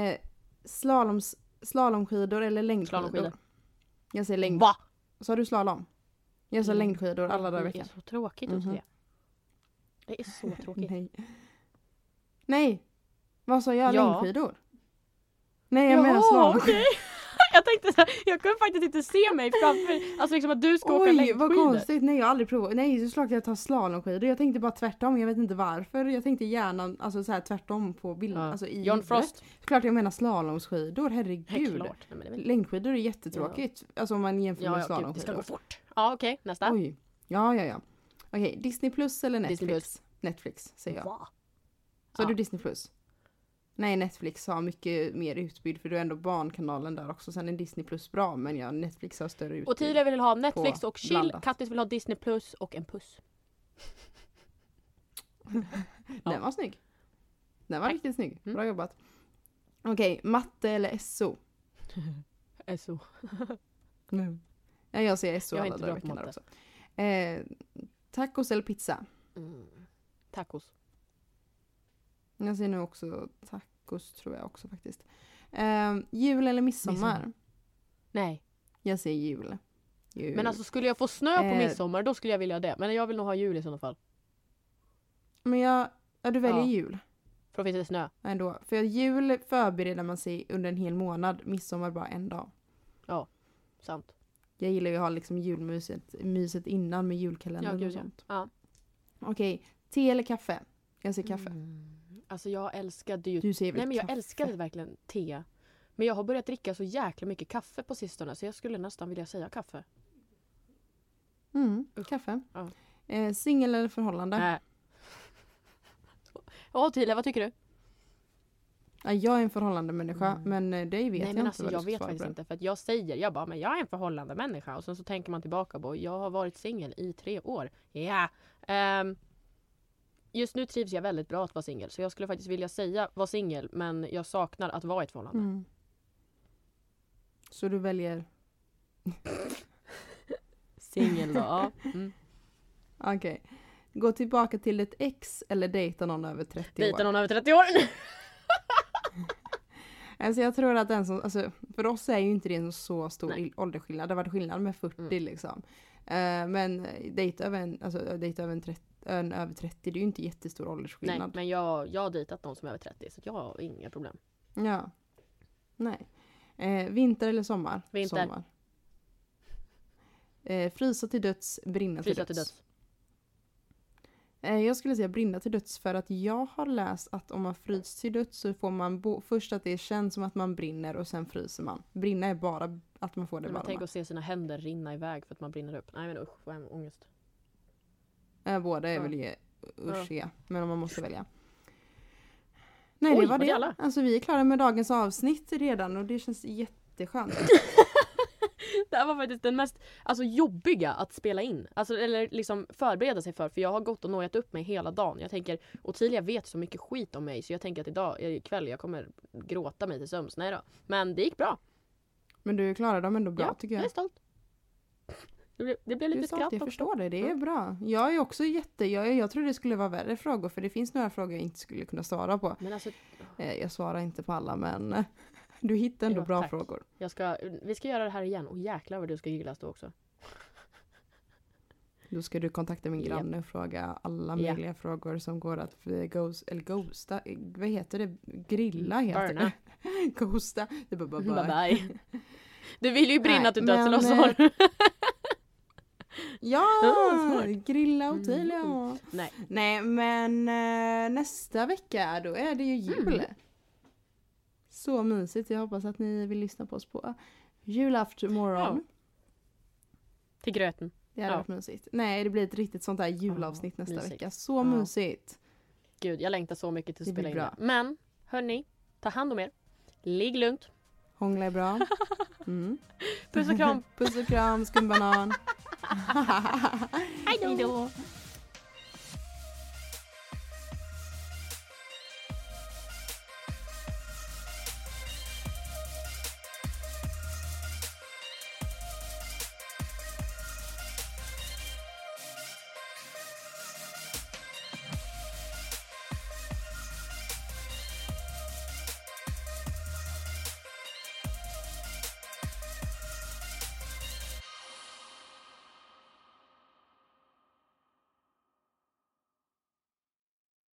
Slalomskidor eller längdskidor? Slalomskidor. Jag säger längd. Va? Sa du slalom? Jag sa längdskidor alla dagar i veckan. Det är så tråkigt att se. Det är så tråkigt. Nej. Vad sa jag? Längdskidor? Nej, jag menar slalom. Okay. Jag tänkte så här, jag kunde faktiskt inte se mig framför, alltså liksom att du ska åka längdskidor. Vad konstigt. Nej, jag har aldrig provat. Nej, så klart jag tar slalomskidor. Jag tänkte bara tvärtom. Jag vet inte varför. Jag tänkte gärna alltså så här tvärtom på bilden, alltså i John Frost. Klart jag menar slalomskidor. Herregud. Längdskidor är jättetråkigt. Alltså om man jämför med slalomskidor. Det ska gå fort. Ja, okej. Nästa. Oj. Ja. Okej, Disney Plus eller Netflix? Disney Plus. Netflix säger jag. Va? Så du Disney Plus? Nej, Netflix har mycket mer utbud för du är ändå barnkanalen där också. Sen är Disney Plus bra, men Netflix har större utbud. Och Tilia vill ha Netflix och chill. Blandat. Kattis vill ha Disney Plus och en puss. Den var snygg. Den var riktigt snygg. Bra jobbat. Okej, matte eller SO? SO. Ja, jag ser SO jag alla dagar i veckan där också. Tacos eller pizza? Tacos. Jag ser nu också tacos tror jag också faktiskt. Jul eller midsommar? Nej. Jag ser jul. Men alltså skulle jag få snö på midsommar då skulle jag vilja det. Men jag vill nog ha jul i sådana fall. Men du väljer jul. För då finns det snö. Ändå. För jul förbereder man sig under en hel månad. Midsommar bara en dag. Ja, sant. Jag gillar ju att ha liksom julmyset innan med julkalendern och sånt. Ja. Okej, te eller kaffe? Jag ser kaffe. Alltså jag älskade ju... Du ser väl Nej, men jag kaffe? älskade verkligen te. Men jag har börjat dricka så jäkla mycket kaffe på sistone. Så jag skulle nästan vilja säga kaffe. Kaffe. Ja. Singel eller förhållande? Ja, Tila, vad tycker du? Ja, jag är en förhållande människa, men det vet jag inte. Alltså, jag vet faktiskt inte. För att jag är en förhållande människa. Och sen så tänker man tillbaka på, jag har varit singel i 3 år. Ja. just nu trivs jag väldigt bra att vara singel. Så jag skulle faktiskt vilja säga vara singel. Men jag saknar att vara i ett förhållande. Så du väljer... Singel då, ja. Okej. Gå tillbaka till ett ex eller dejta någon över 30 år? Dejta någon över 30 år? Alltså jag tror att den som... Alltså, för oss är ju inte det en så stor åldersskillnad. Det har varit skillnad med 40 liksom. Men dejta över en över 30, det är ju inte jättestor åldersskillnad. Nej, men jag har dejtat någon som är över 30. Så jag har inga problem. Ja. Nej. Vinter eller sommar? Vinter. Sommar. Frysa till döds, brinna till döds. Jag skulle säga brinna till döds för att jag har läst att om man fryser till döds så får man först att det känns som att man brinner och sen fryser man. Brinna är bara att man får det varma. Man tänker att se sina händer rinna iväg för att man brinner upp. Nej men usch, vad ångest. Båda är väl usch, men om man måste välja. Nej, Oj, det var det. Alla. Alltså vi är klara med dagens avsnitt redan och det känns jätteskönt. Det här var faktiskt den mest jobbiga att spela in. Eller liksom förbereda sig för jag har gått och nojat upp mig hela dagen. Jag tänker, Ottilia vet så mycket skit om mig så jag tänker att ikväll jag kommer gråta mig till sömns. Nej då. Men det gick bra. Men du klarade dem ändå bra tycker jag. Jag är stolt. Det blev lite skratt. Jag förstår det är bra. Jag är också jag tror det skulle vara värre frågor för det finns några frågor jag inte skulle kunna svara på. Men jag svarar inte på alla men du hittar ändå bra frågor. Vi ska göra det här igen och jäklar vad du ska gillas då också. Då ska du kontakta min granne och fråga alla möjliga frågor som går att ghosta. Vad heter det? Grilla heter det. Ghosta. Det är bara bye. Du vill ju brinna till döds eller så. Ja, grilla Ottilia. Nej, men nästa vecka då är det ju jul. Så mysigt. Jag hoppas att ni vill lyssna på oss på julaftonmorgon. Till gröten. Det hade varit mysigt. Nej, det blir ett riktigt sånt här julavsnitt nästa vecka. Så mysigt. Gud, jag längtar så mycket till att spela in det. Men, hörni, ta hand om er. Ligg lugnt. Hångla är bra. Puss och kram. Puss och kram, skumbanan. Hej då.